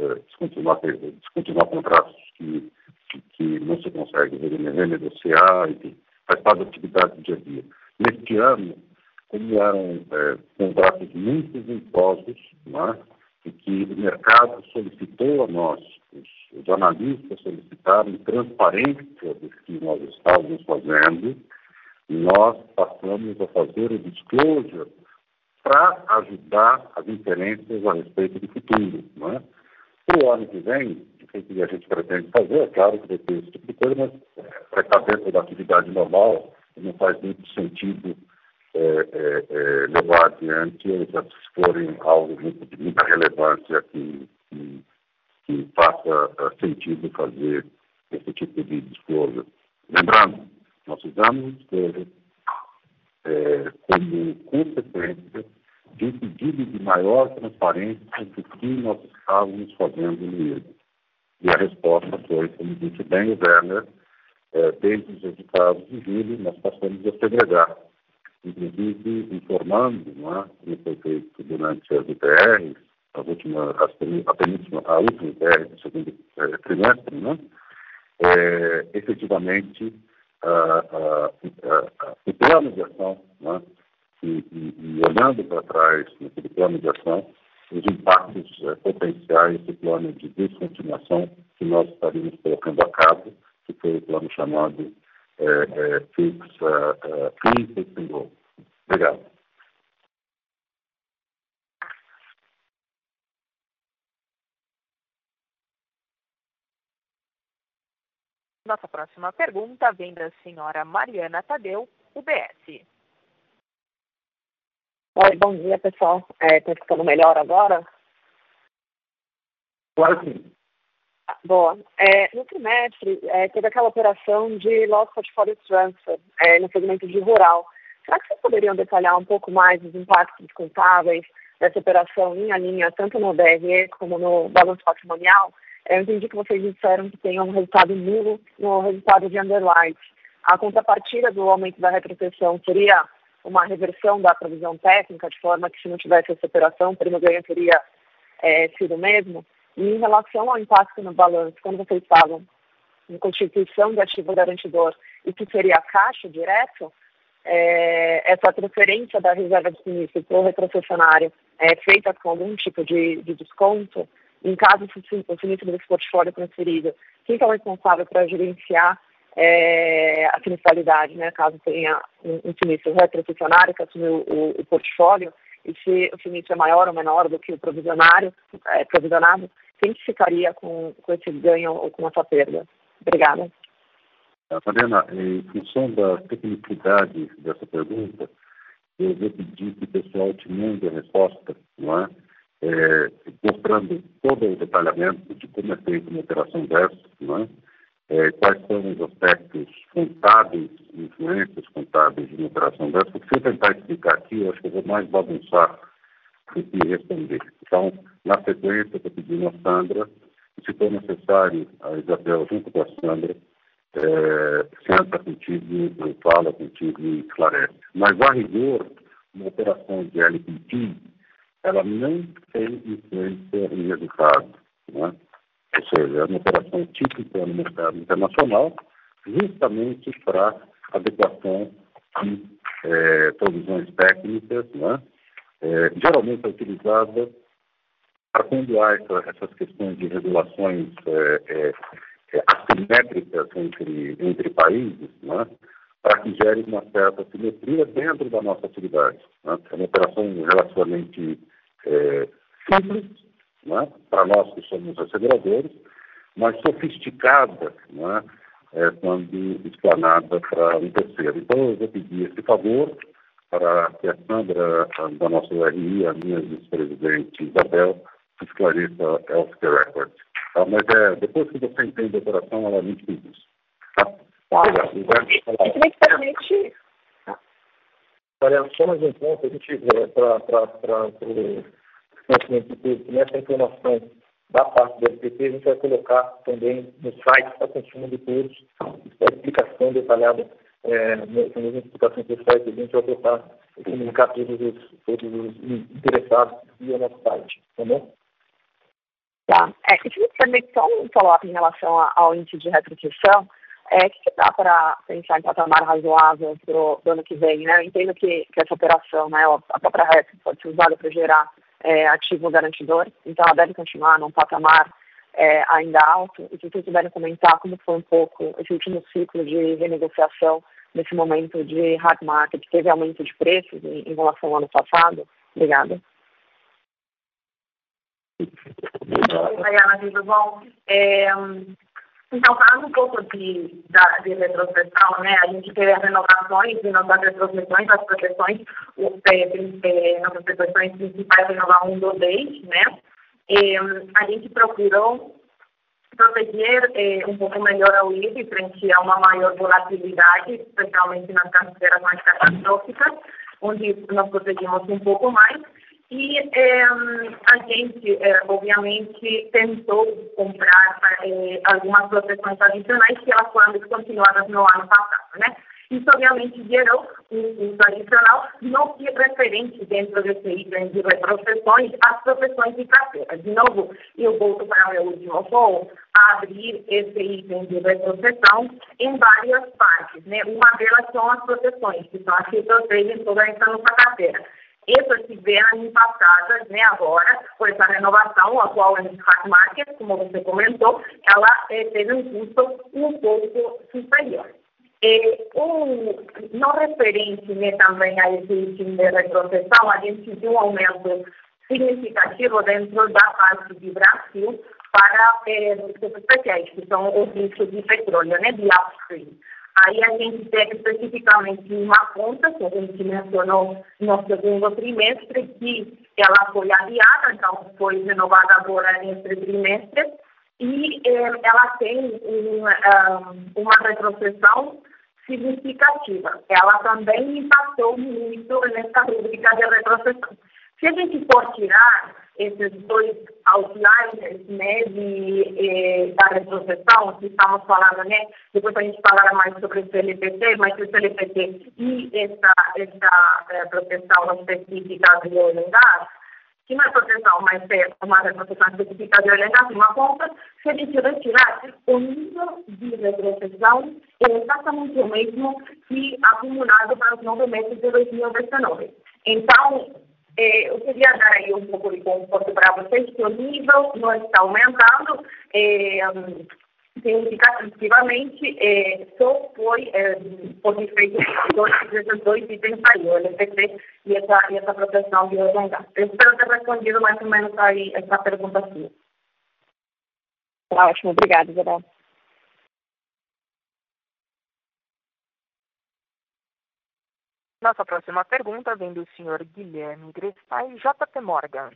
contratos que não se consegue renegociar, enfim, faz parte da atividade do dia a dia. Neste ano, como eram contratos muito ventosos, e que o mercado solicitou a nós, os analistas solicitaram transparência do que nós estávamos fazendo, nós passamos a fazer o disclosure para ajudar as inferências a respeito do futuro. Para o ano que vem, o que a gente pretende fazer, é claro que vai ter esse tipo de coisa, mas para estar dentro da atividade normal, não faz muito sentido levar adiante, se forem algo de muita relevância que faça sentido fazer esse tipo de disclosure. Lembrando, nós fizemos o disclosure como consequência de um pedido de maior transparência do que nós estávamos fazendo no IRB. E a resposta foi, como disse bem o Werner, desde os resultados de julho, nós passamos a segregar, inclusive informando, como foi feito durante as IPRs, a última IPR do segundo trimestre, efetivamente, o plano de ação, e olhando para trás naquele plano de ação, os impactos potenciais do plano de descontinuação que nós estaríamos colocando a cabo, que foi o plano chamado Fixed Goal. Obrigado. Nossa próxima pergunta vem da senhora Mariana Tadeu, UBS. Oi, bom dia, pessoal. Estou escutando melhor agora? Agora sim. Boa. No trimestre, teve aquela operação de Loss Portfolio Transfer no segmento de rural. Será que vocês poderiam detalhar um pouco mais os impactos contábeis dessa operação em linha, tanto no DRE como no balanço patrimonial? Eu entendi que vocês disseram que tem um resultado nulo no resultado de underwrite. A contrapartida do aumento da retrocessão seria uma reversão da provisão técnica, de forma que se não tivesse essa operação, o prêmio-ganho teria sido o mesmo? E em relação ao impacto no balanço, quando vocês falam em constituição de ativo garantidor, isso seria caixa direto? Essa transferência da reserva de sinistro para o retrocessionário é feita com algum tipo de desconto? Em caso o sinistro desse portfólio transferido, quem é o responsável para gerenciar a sinistralidade, né? Caso tenha um sinistro retrocessionário que assumiu o portfólio, e se o sinistro é maior ou menor do que o provisionado, quem ficaria com esse ganho ou com essa perda? Obrigada. Mariana, em função da tecnicidade dessa pergunta, eu vou pedir que o pessoal te mande a resposta, não é? Mostrando todo o detalhamento de como é feita uma operação dessa, não é? Quais são os aspectos contábeis, influências contábeis de uma operação dessa, porque se eu tentar explicar aqui, eu acho que eu vou mais bagunçar do que responder. Então, na sequência, eu estou pedindo a Sandra, e se for necessário, a Isabel, junto com a Sandra, senta contigo, fala contigo e esclarece. Mas, a rigor, uma operação de LPT, ela não tem influência em resultado, não é? Ou seja, é uma operação típica no mercado internacional, justamente para adequação de provisões técnicas, né? Geralmente é utilizada para quando há essas questões de regulações assimétricas entre países, né? Para que gere uma certa simetria dentro da nossa atividade, né? É uma operação relativamente simples, né? Para nós que somos asseguradores, mas sofisticada, né? Quando explanada para um terceiro. Então, eu vou pedir esse favor para que a Sandra, da nossa URI, a minha vice-presidente Isabel, esclareça off the record. Tá? Mas depois que você entende a operação, ela é muito simples. Tá? Obrigado. Olha, só mais um ponto, a gente, para o conhecimento de tudo, nessa informação da parte do LPT, a gente vai colocar também no site para consumo de todos, a explicação detalhada, na explicação do site, a gente vai botar e comunicar todos os interessados via nosso site, tá bom? Tá. E se me permite só um follow-up em relação ao índice de retrocessão, o que dá para pensar em patamar razoável para o ano que vem, né? Eu entendo que essa operação, né, a própria RET pode ser usada para gerar ativo garantidor, então ela deve continuar num patamar ainda alto. E se vocês puderem comentar como foi um pouco esse último ciclo de renegociação nesse momento de hard market, teve aumento de preços em relação ao ano passado? Obrigada. Mariana, tudo bom? Então, falando um pouco de retrocessão, né, a gente teve as renovações e nossas retrocessões, as proteções, nossas proteções principais renovar 1 do 10, né, a gente procurou proteger um pouco melhor a UIF frente a uma maior volatilidade, especialmente nas carteiras mais catastróficas, onde nós protegemos um pouco mais. E a gente, obviamente, tentou comprar algumas proteções adicionais que elas foram descontinuadas no ano passado, né? Isso, obviamente, gerou um custo adicional, não que referente dentro desse item de retrocessões, as proteções de carteira. De novo, eu volto para o meu último ponto, abrir esse item de retrocessão em várias partes, né? Uma delas são as proteções, que são as que protegem toda essa nossa carteira. Essas tiveram impactadas, né, agora, por essa renovação, a qual é no hard market, como você comentou, ela teve um custo um pouco superior. Não referente, né, também a esse item de retrocessão, a gente viu um aumento significativo dentro da parte de Brasil, para riscos especiais, que são os riscos de petróleo, né, de upstream. Aí a gente teve especificamente uma conta, que a gente mencionou no segundo trimestre, que ela foi adiada, então foi renovada agora nesse trimestre, e ela tem uma retrocessão significativa. Ela também impactou muito nessa rubrica de retrocessão. Se a gente for tirar esses dois outliners, né, da retrocessão, que estamos falando, né, depois a gente falará mais sobre o CLPT, mas o CLPT e essa proteção específica do oil and gas, que não é proteção, mas é uma retrocessão específica de oil and gas, uma conta, se a gente retirar o nível de retrocessão é exatamente o mesmo que acumulado para os 9 meses de 2019. Então, eu queria dar aí um pouco de conforto para vocês que o nível não está aumentando significativamente, só foi por efeito desses dois itens aí, o LPT e essa proteção de oil and gas. Eu espero ter respondido mais ou menos aí essa pergunta sua. Tá ótimo, obrigada, Isabel. Nossa próxima pergunta vem do senhor Guilherme Grespai, JP Morgan.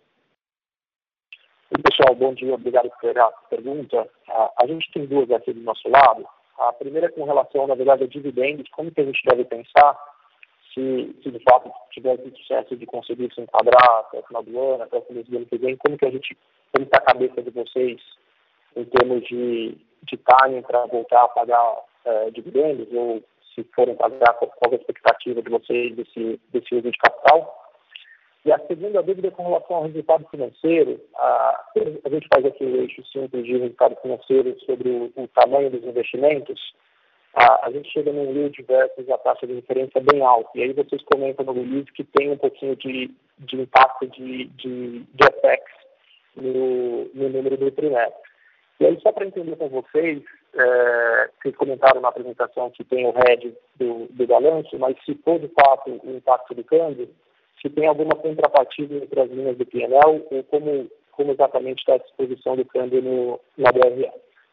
Oi, pessoal, bom dia, obrigado por pegar a pergunta. A gente tem duas aqui do nosso lado. A primeira é com relação, na verdade, a dividendos. Como que a gente deve pensar se de fato tiver esse sucesso de conseguir se enquadrar até o final do ano, até o começo do ano que vem, como está a cabeça de vocês em termos de timing para voltar a pagar dividendos, ou se forem pagar, qual é a expectativa de vocês desse uso de capital? E a segunda dúvida é com relação ao resultado financeiro. A gente faz aqui o eixo simples de resultado financeiro sobre o tamanho dos investimentos. A gente chega num yield versus a taxa de referência bem alta. E aí vocês comentam no release que tem um pouquinho de impacto de FX no número do trimestre. E aí, só para entender com vocês, vocês comentaram na apresentação que tem o hedge do balanço, mas se for de fato o impacto do câmbio, se tem alguma contrapartida entre as linhas do P&L ou como exatamente está a disposição do câmbio na BRL.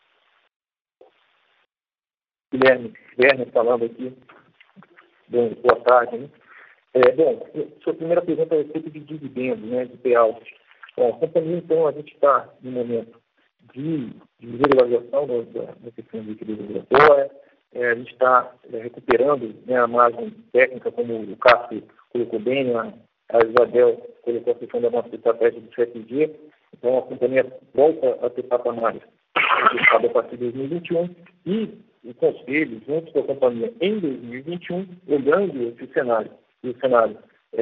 Guilherme falando aqui. Bom, boa tarde. Né? Sua primeira pergunta é a respeito de dividendos, né, de payout. Bom, a companhia, então, a gente está no momento de regularização da questão de crise regulatória. A gente está recuperando, né, a margem técnica, como o Cássio colocou bem, a Isabel colocou a questão da nossa estratégia do CFG. Então, a companhia volta a ter patamares a partir de 2021 e o Conselho, junto com a companhia, em 2021, olhando esse cenário, o cenário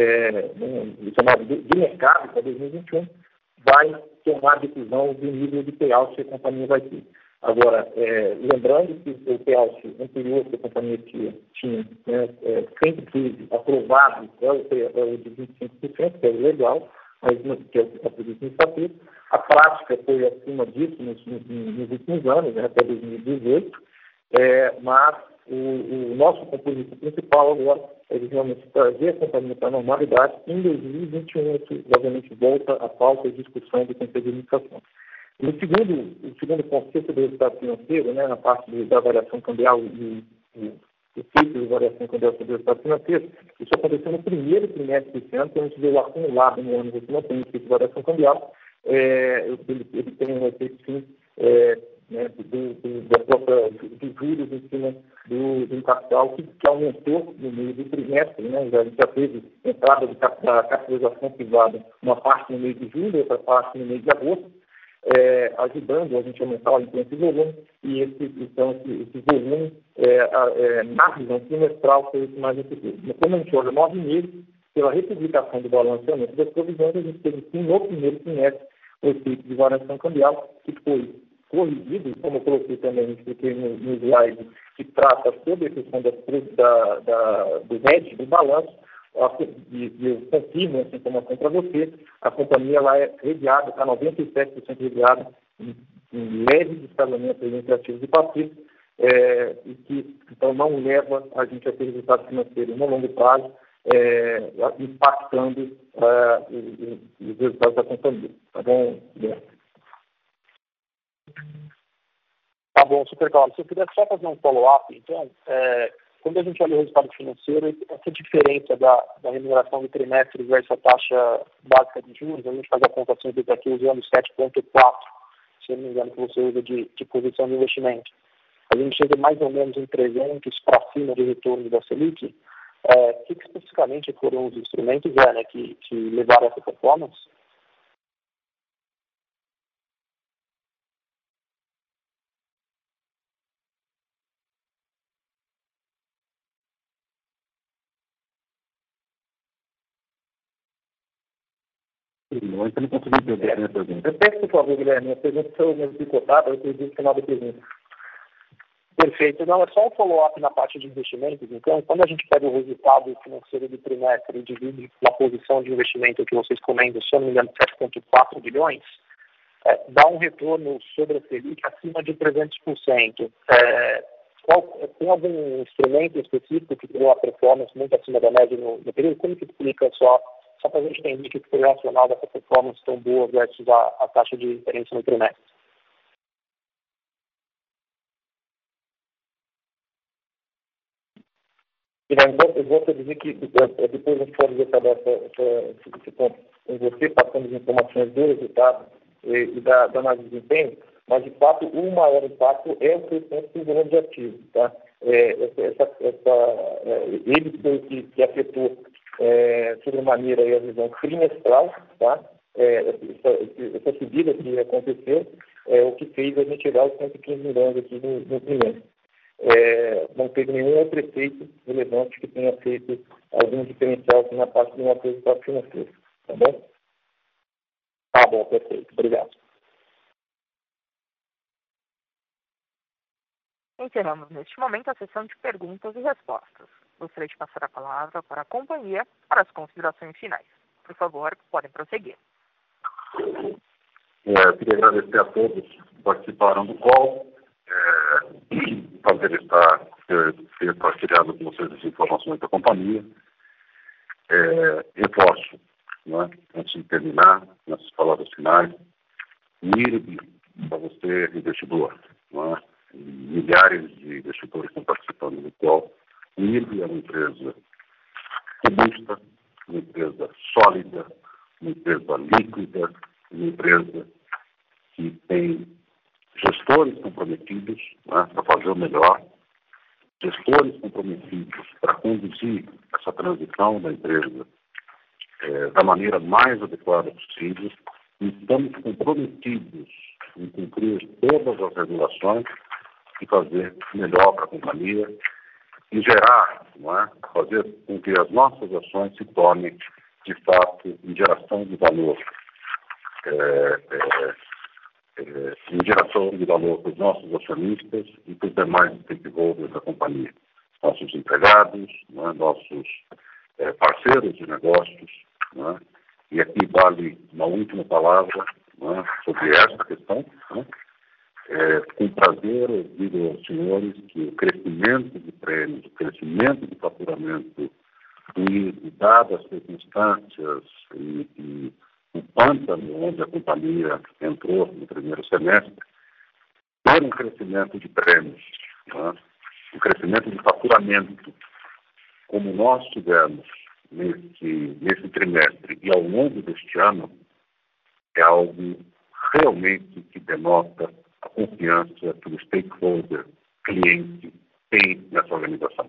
de mercado para 2021, vai tomar a decisão do nível de payout que a companhia vai ter. Agora, lembrando que o payout anterior que a companhia tinha, né, sempre foi aprovado, o de 25%, que é legal, mas que é o que está previsto no estatuto. A prática foi acima disso nos últimos anos, né, até 2018, mas o nosso compromisso principal agora é de realmente trazer a companhia para a normalidade. Em 2021, isso, obviamente, volta à pauta e discussão do Conselho de Administração. O segundo conceito do resultado financeiro, né, na parte da variação cambial e o ciclo de variação cambial sobre o resultado financeiro, isso aconteceu no primeiro trimestre desse ano, quando a gente veio acumulado no ano, você não tem o ciclo de variação cambial, ele tem um efeito, sim, né, dos juros em cima do capital que aumentou no meio do trimestre, né? A gente já teve entrada da capitalização privada, uma parte no mês de julho, outra parte no mês de agosto, ajudando a gente a aumentar esse volume, e esse volume, na visão trimestral, foi o mais efetivo. Mas quando a gente olha 9 meses, pela republicação do balanceamento das provisões, a gente teve, sim, no primeiro trimestre, o efeito de variação cambial, que foi corrigido, como eu coloquei também, expliquei no slide, que trata sobre a questão do hedge, do balanço, e eu confirmo essa informação para você, a companhia lá é reguiada, está 97% reguiada, em leve descasamento entre ativos e passivos, e que então não leva a gente a ter resultado financeiro no longo prazo, impactando os resultados da companhia. Tá bom, Guilherme? Tá bom, super claro. Se eu puder só fazer um follow-up, então, quando a gente olha o resultado financeiro, essa diferença da remuneração do trimestre versus a taxa básica de juros, a gente faz a contação aqui usando 7,4, se eu não me engano, que você usa de posição de investimento. A gente chega mais ou menos em 300 para cima de retorno da Selic. O que especificamente foram os instrumentos que levaram a essa performance? Não consegui entender a minha pergunta. Repete, por favor, Guilherme. A pergunta foi meio picotada, eu perdi o final da pergunta. Perfeito. Não, é só um follow-up na parte de investimentos. Então, quando a gente pega o resultado financeiro do trimestre e divide na posição de investimento que vocês comentam, se eu não me engano, 7,4 bilhões, dá um retorno sobre a Selic acima de 300%. Tem algum instrumento específico que criou a performance muito acima da média no período? Como que explica só para a gente entender que foi relacionado a essa performance tão boa versus a taxa de referência no trimestre? Eu vou te dizer que depois a gente pode detalhar esse ponto com você, passando as informações do resultado e da análise de desempenho, mas de fato o maior impacto é o crescimento do volume de ativos. Tá? Ele foi o que afetou sobremaneira a visão trimestral, tá? Essa subida que aconteceu é o que fez a gente chegar aos 115 milhões aqui no trimestre. Não teve nenhum outro efeito relevante que tenha feito algum diferencial aqui na parte do nosso resultado financeiro. Tá bom? Tá bom, perfeito. Obrigado. Encerramos neste momento a sessão de perguntas e respostas. Gostaria de passar a palavra para a companhia para as considerações finais. Por favor, podem prosseguir. Queria agradecer a todos que participaram do call. Prazer ter partilhado com vocês as informações da companhia. Reforço, antes de terminar, nessas palavras finais, o IRB para você, investidor, milhares de investidores estão participando do call. O IRB é uma empresa robusta, uma empresa sólida, uma empresa líquida, uma empresa que tem gestores comprometidos para fazer o melhor, gestores comprometidos para conduzir essa transição da empresa da maneira mais adequada possível. Estamos comprometidos em cumprir todas as regulações e fazer melhor para a companhia e gerar, fazer com que as nossas ações se tornem, de fato, em geração de valor. Em geração de valor para os nossos acionistas e para os demais stakeholders da companhia. Nossos empregados, nossos parceiros de negócios. E aqui vale uma última palavra sobre esta questão. Com prazer, eu digo aos senhores que o crescimento de prêmios, o crescimento de faturamento do IRB, dadas as circunstâncias e o pântano onde a companhia entrou no primeiro semestre, ter um crescimento de prêmios, um crescimento de faturamento, como nós tivemos nesse trimestre e ao longo deste ano, é algo realmente que denota a confiança que o stakeholder, cliente, tem nessa organização.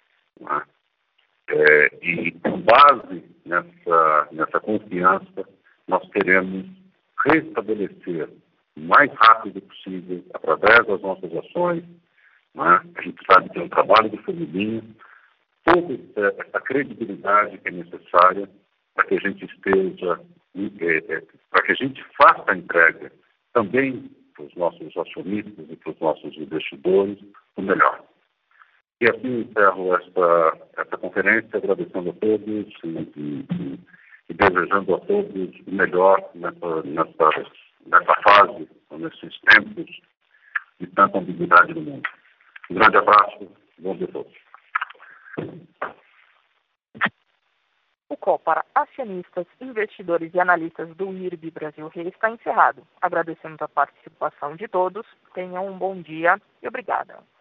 E com base nessa confiança, nós queremos restabelecer o mais rápido possível, através das nossas ações. A gente sabe que é um trabalho de formiguinha, toda essa credibilidade que é necessária para que a gente esteja, para que a gente faça a entrega também para os nossos acionistas e para os nossos investidores o melhor. E assim encerro essa conferência, agradecendo a todos e desejando a todos o melhor nessa fase, nesses tempos de tanta ambiguidade no mundo. Um grande abraço, bom dia a todos. call para acionistas, investidores e analistas do IRB Brasil Re está encerrado. Agradecemos a participação de todos. Tenham um bom dia e obrigada.